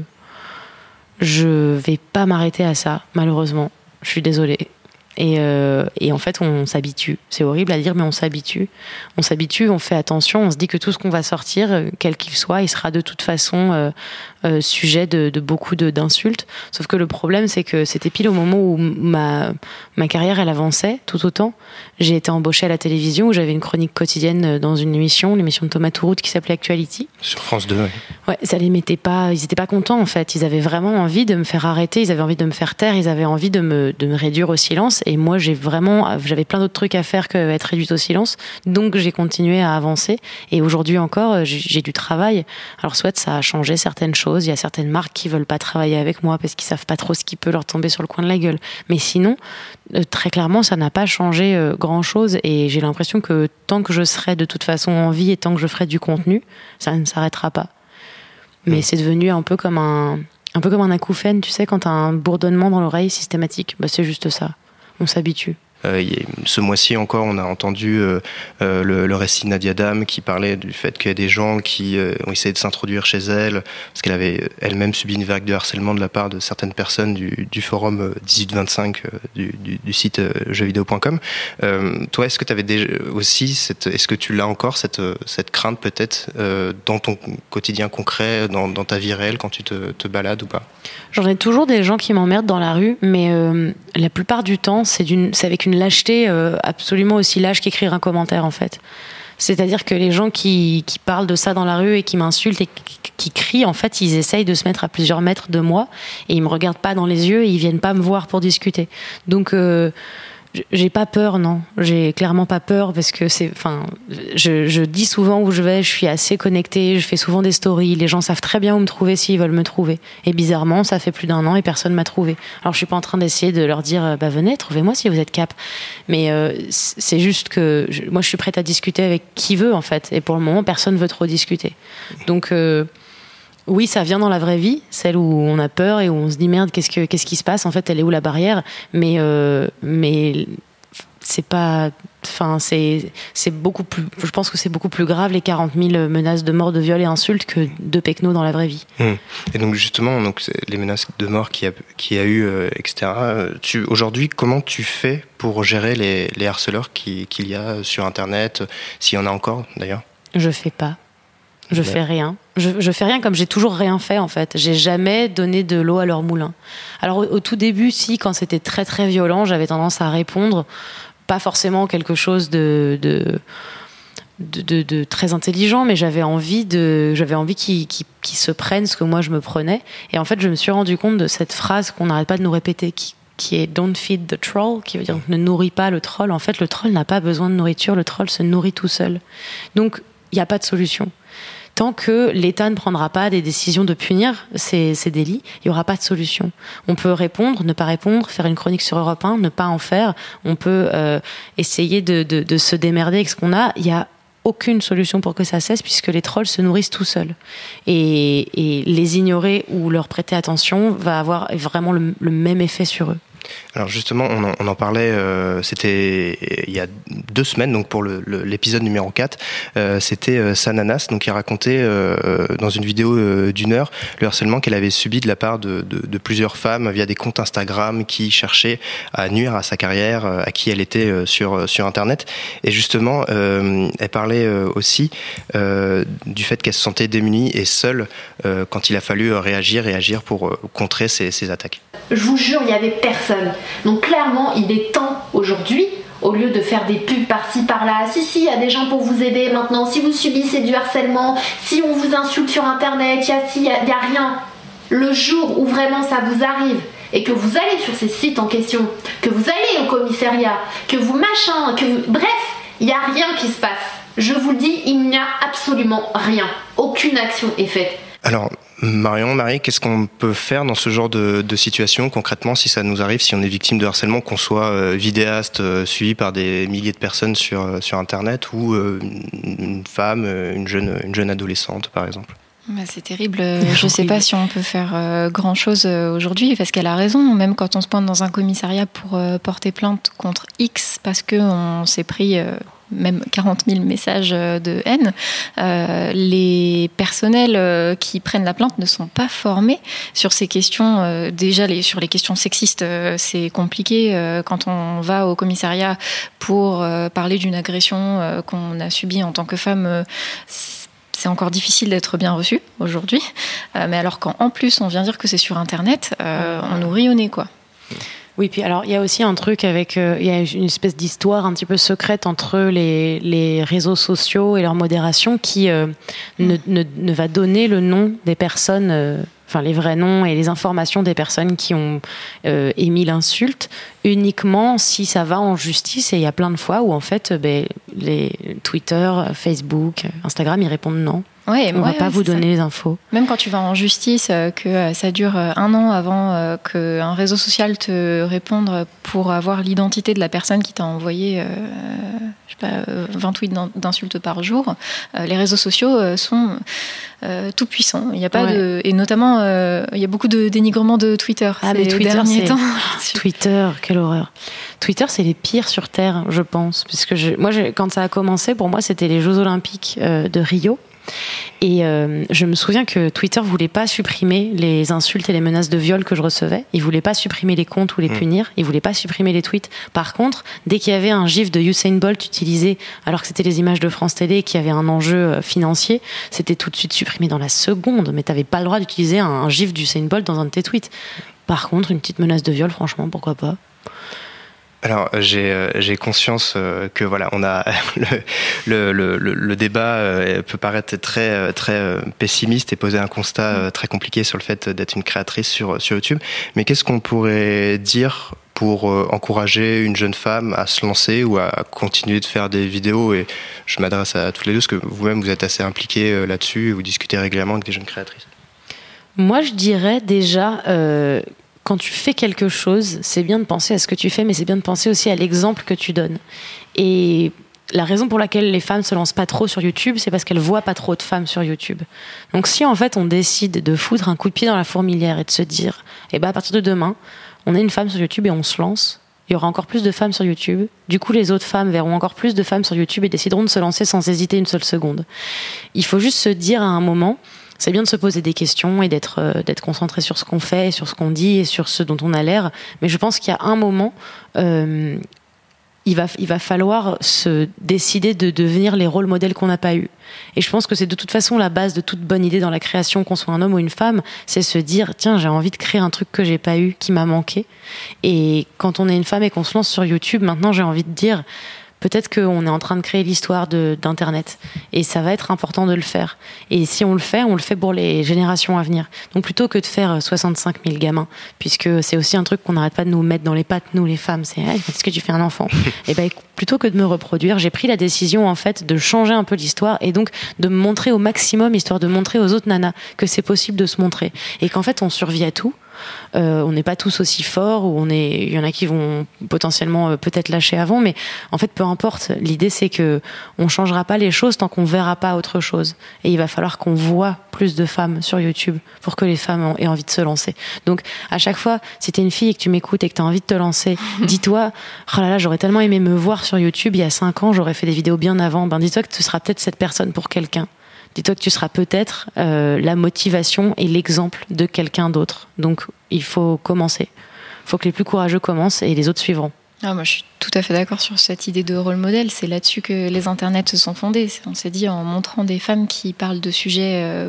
je vais pas m'arrêter à ça, malheureusement. Je suis désolée. Et, euh, et en fait, on s'habitue. C'est horrible à dire, mais on s'habitue. On s'habitue, on fait attention, on se dit que tout ce qu'on va sortir, quel qu'il soit, il sera de toute façon euh, euh, sujet de, de beaucoup de, d'insultes. Sauf que le problème, c'est que c'était pile au moment où ma, ma carrière, elle avançait tout autant. J'ai été embauchée à la télévision, où j'avais une chronique quotidienne dans une émission, l'émission de Thomas Touroute qui s'appelait Actuality. Sur France deux, oui. Ouais, ça les mettait pas, ils étaient pas contents en fait. Ils avaient vraiment envie de me faire arrêter, ils avaient envie de me faire taire, ils avaient envie de me, de me réduire au silence. Et moi, j'ai vraiment, j'avais plein d'autres trucs à faire que être réduite au silence. Donc, j'ai continué à avancer. Et aujourd'hui encore, j'ai, j'ai du travail. Alors, soit ça a changé certaines choses. Il y a certaines marques qui veulent pas travailler avec moi parce qu'ils savent pas trop ce qui peut leur tomber sur le coin de la gueule. Mais sinon, très clairement, ça n'a pas changé grand chose. Et j'ai l'impression que tant que je serai de toute façon en vie et tant que je ferai du contenu, ça ne s'arrêtera pas. Mais mmh. c'est devenu un peu comme un, un peu comme un acouphène, tu sais, quand t'as un bourdonnement dans l'oreille systématique. Bah, c'est juste ça. On s'habitue. Euh, ce mois-ci encore, on a entendu euh, euh, le, le récit de Nadia Dam qui parlait du fait qu'il y a des gens qui euh, ont essayé de s'introduire chez elle parce qu'elle avait elle-même subi une vague de harcèlement de la part de certaines personnes du, du forum dix-huit vingt-cinq euh, du, du, du site euh, jeux vidéo point com. Euh, toi, est-ce que tu avais déjà aussi cette, est-ce que tu l'as encore cette cette crainte peut-être euh, dans ton quotidien concret, dans, dans ta vie réelle quand tu te, te balades ou pas? J'en ai toujours des gens qui m'emmerdent dans la rue, mais euh, la plupart du temps, c'est, d'une, c'est avec une lâcheté euh, absolument aussi lâche qu'écrire un commentaire, en fait. C'est-à-dire que les gens qui, qui parlent de ça dans la rue et qui m'insultent et qui, qui crient, en fait, ils essayent de se mettre à plusieurs mètres de moi et ils me regardent pas dans les yeux et ils viennent pas me voir pour discuter. Donc... Euh, j'ai pas peur, non. J'ai clairement pas peur parce que c'est, enfin, je, je dis souvent où je vais, je suis assez connectée, je fais souvent des stories, les gens savent très bien où me trouver s'ils veulent me trouver. Et bizarrement, ça fait plus d'un an et personne m'a trouvé. Alors je suis pas en train d'essayer de leur dire, bah venez, trouvez-moi si vous êtes cap. Mais euh, c'est juste que je, moi je suis prête à discuter avec qui veut en fait. Et pour le moment, personne veut trop discuter. Donc euh, oui, ça vient dans la vraie vie, celle où on a peur et où on se dit merde, qu'est-ce que qu'est-ce qui se passe en fait, elle est où la barrière? Mais euh, mais c'est pas, enfin c'est c'est beaucoup plus, je pense que c'est beaucoup plus grave les quarante mille menaces de mort, de viol et insultes que de pecno dans la vraie vie. Mmh. Et donc justement, donc les menaces de mort qu'il y a qu'il y a eu, euh, et cetera. Tu aujourd'hui, comment tu fais pour gérer les les harceleurs qui, qu'il y a sur Internet, s'il y en a encore d'ailleurs? Je fais pas. Je ouais. fais rien. Je, je fais rien comme j'ai toujours rien fait en fait. J'ai jamais donné de l'eau à leur moulin. Alors au, au tout début, si, quand c'était très très violent, j'avais tendance à répondre, pas forcément quelque chose de de, de, de, de très intelligent, mais j'avais envie de, j'avais envie qu'ils, qu'ils, qu'ils se prennent ce que moi je me prenais. Et en fait, je me suis rendu compte de cette phrase qu'on n'arrête pas de nous répéter, qui qui est don't feed the troll, qui veut dire ne nourris pas le troll. En fait, le troll n'a pas besoin de nourriture, le troll se nourrit tout seul. Donc il n'y a pas de solution. Tant que l'État ne prendra pas des décisions de punir ces, ces délits, il n'y aura pas de solution. On peut répondre, ne pas répondre, faire une chronique sur Europe un, ne pas en faire. On peut euh, essayer de, de, de se démerder avec ce qu'on a. Il n'y a aucune solution pour que ça cesse puisque les trolls se nourrissent tout seuls. Et, et les ignorer ou leur prêter attention va avoir vraiment le, le même effet sur eux. Alors justement, on en, on en parlait, euh, c'était il y a deux semaines, donc pour le, le, l'épisode numéro quatre, euh, c'était euh, Sananas, donc qui racontait euh, dans une vidéo euh, d'une heure le harcèlement qu'elle avait subi de la part de, de, de plusieurs femmes via des comptes Instagram qui cherchaient à nuire à sa carrière, à qui elle était euh, sur sur Internet. Et justement, euh, elle parlait euh, aussi euh, du fait qu'elle se sentait démunie et seule euh, quand il a fallu réagir et agir pour euh, contrer ces, ces attaques. Je vous jure, il n'y avait personne. Donc clairement, il est temps aujourd'hui, au lieu de faire des pubs par-ci par-là, si si, il y a des gens pour vous aider maintenant, si vous subissez du harcèlement, si on vous insulte sur internet, il y a si, il y a, y a rien. Le jour où vraiment ça vous arrive, et que vous allez sur ces sites en question, que vous allez au commissariat, que vous machin, que vous... Bref, il n'y a rien qui se passe. Je vous le dis, il n'y a absolument rien. Aucune action est faite. Alors, Marion, Marie, qu'est-ce qu'on peut faire dans ce genre de, de situation concrètement si ça nous arrive, si on est victime de harcèlement, qu'on soit euh, vidéaste euh, suivi par des milliers de personnes sur, euh, sur Internet ou euh, une femme, une jeune, une jeune adolescente par exemple? Bah, c'est terrible. Je ne sais pas si on peut faire euh, grand-chose euh, aujourd'hui, parce qu'elle a raison. Même quand on se pointe dans un commissariat pour euh, porter plainte contre X, parce qu'on s'est pris euh, même quarante mille messages de haine, euh, les personnels euh, qui prennent la plainte ne sont pas formés sur ces questions. Euh, déjà, les, sur les questions sexistes, euh, c'est compliqué. Euh, quand on va au commissariat pour euh, parler d'une agression euh, qu'on a subie en tant que femme, euh, c'est encore difficile d'être bien reçu aujourd'hui. Euh, mais alors qu'en plus, on vient dire que c'est sur Internet, euh, on nous rit au nez, quoi. Oui, puis alors il y a aussi un truc avec, euh, il y a une espèce d'histoire un petit peu secrète entre les, les réseaux sociaux et leur modération qui euh, ne, ne, ne va donner le nom des personnes, euh, enfin les vrais noms et les informations des personnes qui ont euh, émis l'insulte uniquement si ça va en justice. Et il y a plein de fois où en fait, ben, les Twitter, Facebook, Instagram, ils répondent non. Ouais, on ne ouais, va pas ouais, vous donner ça. les infos. Même quand tu vas en justice, euh, que euh, ça dure euh, un an avant euh, qu'un réseau social te réponde pour avoir l'identité de la personne qui t'a envoyé euh, je sais pas, euh, vingt tweets d'insultes par jour, euh, les réseaux sociaux euh, sont euh, tout puissants. Il y a pas ouais. de, et notamment, euh, il y a beaucoup de dénigrement de Twitter ah, ces mais Twitter, derniers temps. Twitter, quelle horreur. Twitter, c'est les pires sur Terre, je pense. Puisque je, moi, je, quand ça a commencé, pour moi, c'était les Jeux Olympiques euh, de Rio. Et euh, je me souviens que Twitter voulait pas supprimer les insultes et les menaces de viol que je recevais. Il voulait pas supprimer les comptes ou les punir. Il voulait pas supprimer les tweets. Par contre, dès qu'il y avait un gif de Usain Bolt utilisé, alors que c'était les images de France Télé et qu'il y avait un enjeu financier, c'était tout de suite supprimé dans la seconde. Mais t'avais pas le droit d'utiliser un, un gif d'Usain Bolt dans un de tes tweets. Par contre, une petite menace de viol, franchement, pourquoi pas? Alors j'ai euh, j'ai conscience euh, que voilà on a le le le, le débat euh, peut paraître très très euh, pessimiste et poser un constat euh, très compliqué sur le fait d'être une créatrice sur sur YouTube. Mais qu'est-ce qu'on pourrait dire pour euh, encourager une jeune femme à se lancer ou à continuer de faire des vidéos? Et je m'adresse à toutes les deux parce que vous-même vous êtes assez impliqués euh, là-dessus et vous discutez régulièrement avec des jeunes créatrices. Moi je dirais déjà euh, quand tu fais quelque chose, c'est bien de penser à ce que tu fais, mais c'est bien de penser aussi à l'exemple que tu donnes. Et la raison pour laquelle les femmes se lancent pas trop sur YouTube, c'est parce qu'elles voient pas trop de femmes sur YouTube. Donc si en fait on décide de foutre un coup de pied dans la fourmilière et de se dire, eh ben à partir de demain, on est une femme sur YouTube et on se lance, il y aura encore plus de femmes sur YouTube. Du coup, les autres femmes verront encore plus de femmes sur YouTube et décideront de se lancer sans hésiter une seule seconde. Il faut juste se dire à un moment, c'est bien de se poser des questions et d'être euh, d'être concentré sur ce qu'on fait, sur ce qu'on dit et sur ce dont on a l'air. Mais je pense qu'il y a un moment, euh, il va il va falloir se décider de devenir les rôles modèles qu'on n'a pas eu. Et je pense que c'est de toute façon la base de toute bonne idée dans la création, qu'on soit un homme ou une femme, c'est se dire tiens, j'ai envie de créer un truc que j'ai pas eu, qui m'a manqué. Et quand on est une femme et qu'on se lance sur YouTube, maintenant j'ai envie de dire peut-être qu'on est en train de créer l'histoire de, d'Internet. Et ça va être important de le faire. Et si on le fait, on le fait pour les générations à venir. Donc plutôt que de faire soixante-cinq mille gamins, puisque c'est aussi un truc qu'on n'arrête pas de nous mettre dans les pattes, nous les femmes, c'est hey, est-ce que tu fais un enfant? Et ben plutôt que de me reproduire, j'ai pris la décision en fait de changer un peu l'histoire et donc de me montrer au maximum, histoire de montrer aux autres nanas que c'est possible de se montrer. Et qu'en fait on survit à tout. Euh, on n'est pas tous aussi forts, ou on est, il y en a qui vont potentiellement euh, peut-être lâcher avant, mais en fait peu importe. L'idée c'est que on changera pas les choses tant qu'on verra pas autre chose. Et il va falloir qu'on voit plus de femmes sur YouTube pour que les femmes aient envie de se lancer. Donc à chaque fois, si t'es une fille et que tu m'écoutes et que t'as envie de te lancer, dis-toi, oh là là, j'aurais tellement aimé me voir sur YouTube il y a cinq ans, j'aurais fait des vidéos bien avant. Ben dis-toi que tu seras peut-être cette personne pour quelqu'un. Dis-toi que tu seras peut-être euh, la motivation et l'exemple de quelqu'un d'autre. Donc, il faut commencer. Il faut que les plus courageux commencent et les autres suivront. Ah, moi, je suis tout à fait d'accord sur cette idée de rôle modèle. C'est là-dessus que les internets se sont fondés. On s'est dit, en montrant des femmes qui parlent de sujets euh,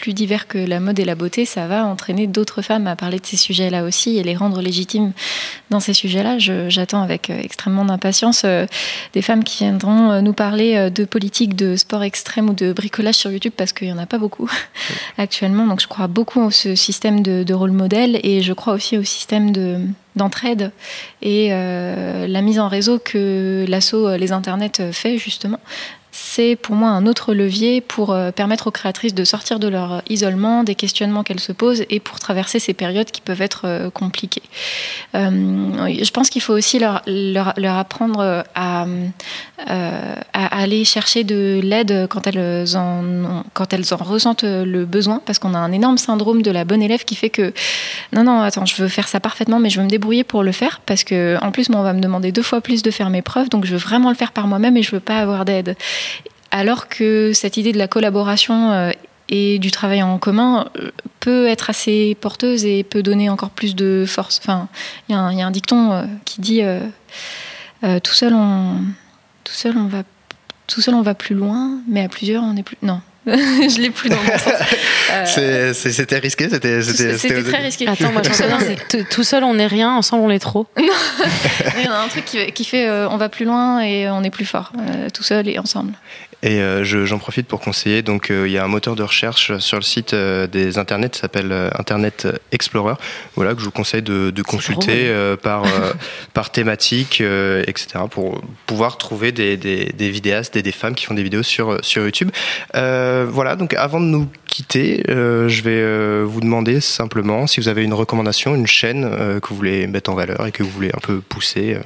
plus divers que la mode et la beauté, ça va entraîner d'autres femmes à parler de ces sujets-là aussi et les rendre légitimes dans ces sujets-là. Je, j'attends avec extrêmement d'impatience euh, des femmes qui viendront nous parler de politique, de sport extrême ou de bricolage sur YouTube, parce qu'il n'y en a pas beaucoup actuellement. Donc je crois beaucoup au ce système de, de rôle modèle, et je crois aussi au système de... d'entraide et euh, la mise en réseau que l'asso Les Internets fait justement. C'est pour moi un autre levier pour euh, permettre aux créatrices de sortir de leur isolement, des questionnements qu'elles se posent, et pour traverser ces périodes qui peuvent être euh, compliquées. Euh, je pense qu'il faut aussi leur, leur, leur apprendre à, euh, à aller chercher de l'aide quand elles, en, quand elles en ressentent le besoin, parce qu'on a un énorme syndrome de la bonne élève qui fait que non, non, attends, je veux faire ça parfaitement, mais je veux me débrouiller pour le faire, parce que en plus, moi, on va me demander deux fois plus de faire mes preuves, donc je veux vraiment le faire par moi-même et je veux pas avoir d'aide. Alors que cette idée de la collaboration euh, et du travail en commun euh, peut être assez porteuse et peut donner encore plus de force. Enfin, il y, y a un dicton euh, qui dit euh, euh, tout seul on tout seul on va tout seul on va plus loin, mais à plusieurs on est plus non. Je l'ai plus dans mon sens. Euh... C'est, c'est, c'était risqué, c'était, c'était, c'était, c'était très risqué. Attends, moi, tout, seul, c'est tout seul, on n'est rien, ensemble, on est trop. Non, il y a un truc qui, qui fait euh, on va plus loin et on est plus fort, euh, tout seul et ensemble. Et euh, je, j'en profite pour conseiller. Donc, il euh, y a un moteur de recherche sur le site euh, des internets, qui s'appelle euh, Internet Explorer. Voilà, que je vous conseille de, de consulter euh, par euh, par thématique, euh, et cetera, pour pouvoir trouver des, des, des vidéastes et des femmes qui font des vidéos sur sur YouTube. Euh, voilà. Donc, avant de nous quitter, euh, je vais euh, vous demander simplement si vous avez une recommandation, une chaîne euh, que vous voulez mettre en valeur et que vous voulez un peu pousser. Euh.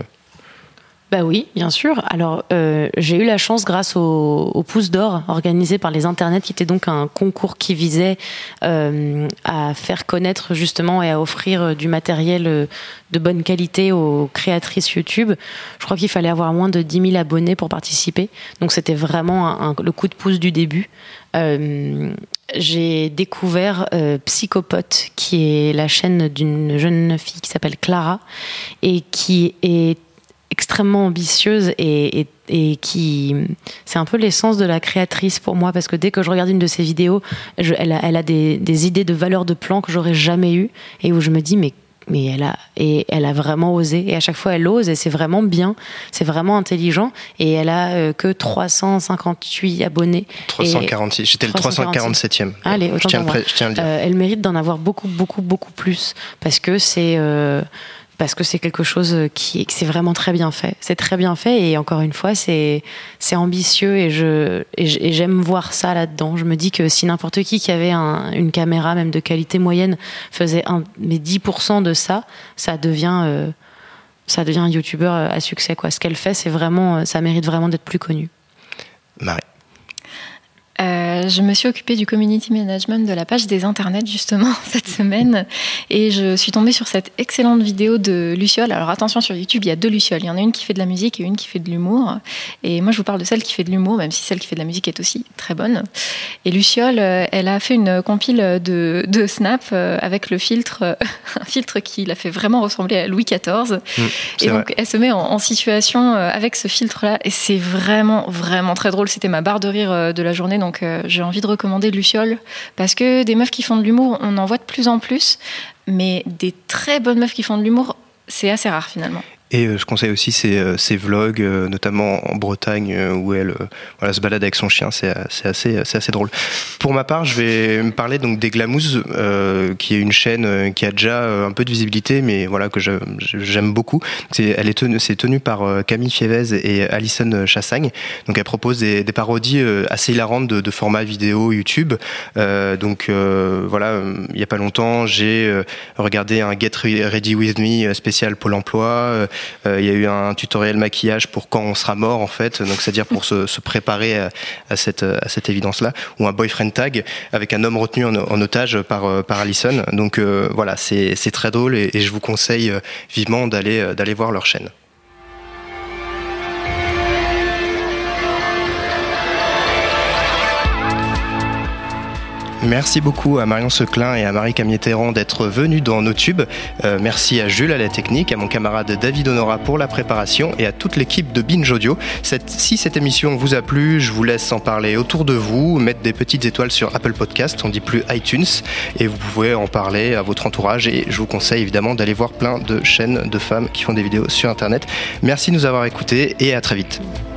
Bah oui, bien sûr. Alors, euh, j'ai eu la chance, grâce au, au Pouce d'Or organisé par les Internets, qui était donc un concours qui visait euh, à faire connaître justement et à offrir du matériel de bonne qualité aux créatrices YouTube. Je crois qu'il fallait avoir moins de dix mille abonnés pour participer. Donc, c'était vraiment un, un, le coup de pouce du début. Euh, j'ai découvert euh, Psychopote, qui est la chaîne d'une jeune fille qui s'appelle Clara et qui est extrêmement ambitieuse et, et, et qui c'est un peu l'essence de la créatrice pour moi, parce que dès que je regarde une de ses vidéos, je, elle a, elle a des, des idées de valeur de plan que j'aurais jamais eu et où je me dis mais mais elle a et elle a vraiment osé, et à chaque fois elle ose et c'est vraiment bien, c'est vraiment intelligent, et elle a euh, que trois cent cinquante-huit abonnés. trois cent quarante-six, j'étais le trois cent quarante-septième. Allez, autant je tiens, pour moi. je tiens à le dire. Euh, elle mérite d'en avoir beaucoup beaucoup beaucoup plus, parce que c'est euh, parce que c'est quelque chose qui c'est vraiment très bien fait. C'est très bien fait, et encore une fois, c'est c'est ambitieux, et je et j'aime voir ça là-dedans. Je me dis que si n'importe qui qui avait un, une caméra même de qualité moyenne faisait un mais dix pour cent de ça, ça devient euh, ça devient un youtubeur à succès, quoi. Ce qu'elle fait, c'est vraiment, ça mérite vraiment d'être plus connu. Marie. Euh, je me suis occupée du community management de la page des internets justement cette semaine, et je suis tombée sur cette excellente vidéo de Luciole. Alors attention, sur YouTube il y a deux Lucioles, il y en a une qui fait de la musique et une qui fait de l'humour, et moi je vous parle de celle qui fait de l'humour, même si celle qui fait de la musique est aussi très bonne. Et Luciole, elle a fait une compile de, de Snap avec le filtre, un filtre qui l'a fait vraiment ressembler à Louis quatorze, mmh, et donc vrai. Elle se met en, en situation avec ce filtre là, et c'est vraiment vraiment très drôle. C'était ma barre de rire de la journée, donc Donc euh, j'ai envie de recommander Luciole, parce que des meufs qui font de l'humour, on en voit de plus en plus, mais des très bonnes meufs qui font de l'humour, c'est assez rare finalement. Et euh, je conseille aussi ses, euh, ses vlogs, euh, notamment en Bretagne, euh, où elle euh, voilà, se balade avec son chien. C'est, c'est, assez, c'est assez drôle. Pour ma part, je vais me parler donc des Glamouz, euh, qui est une chaîne euh, qui a déjà euh, un peu de visibilité, mais voilà, que je, j'aime beaucoup. C'est, elle est tenue, c'est tenu par euh, Camille Fievez et Alison Chassagne. Donc elle propose des, des parodies euh, assez hilarantes de, de format vidéo YouTube. Euh, donc euh, voilà, il n'y a pas longtemps, j'ai euh, regardé un Get Ready With Me spécial Pôle Emploi. Euh, Il euh, y a eu un tutoriel maquillage pour quand on sera mort, en fait, donc c'est-à-dire pour se, se préparer à, à cette à cette évidence-là, ou un boyfriend tag avec un homme retenu en, en otage par par Alison. Donc euh, voilà, c'est c'est très drôle, et, et je vous conseille vivement d'aller d'aller voir leur chaîne. Merci beaucoup à Marion Seclin et à Marie Camier-Théran d'être venus dans nos tubes. Euh, merci à Jules à la technique, à mon camarade David Honora pour la préparation et à toute l'équipe de Binge Audio. Cette, si cette émission vous a plu, je vous laisse en parler autour de vous, mettre des petites étoiles sur Apple Podcast, on dit plus iTunes, et vous pouvez en parler à votre entourage et je vous conseille évidemment d'aller voir plein de chaînes de femmes qui font des vidéos sur Internet. Merci de nous avoir écoutés et à très vite.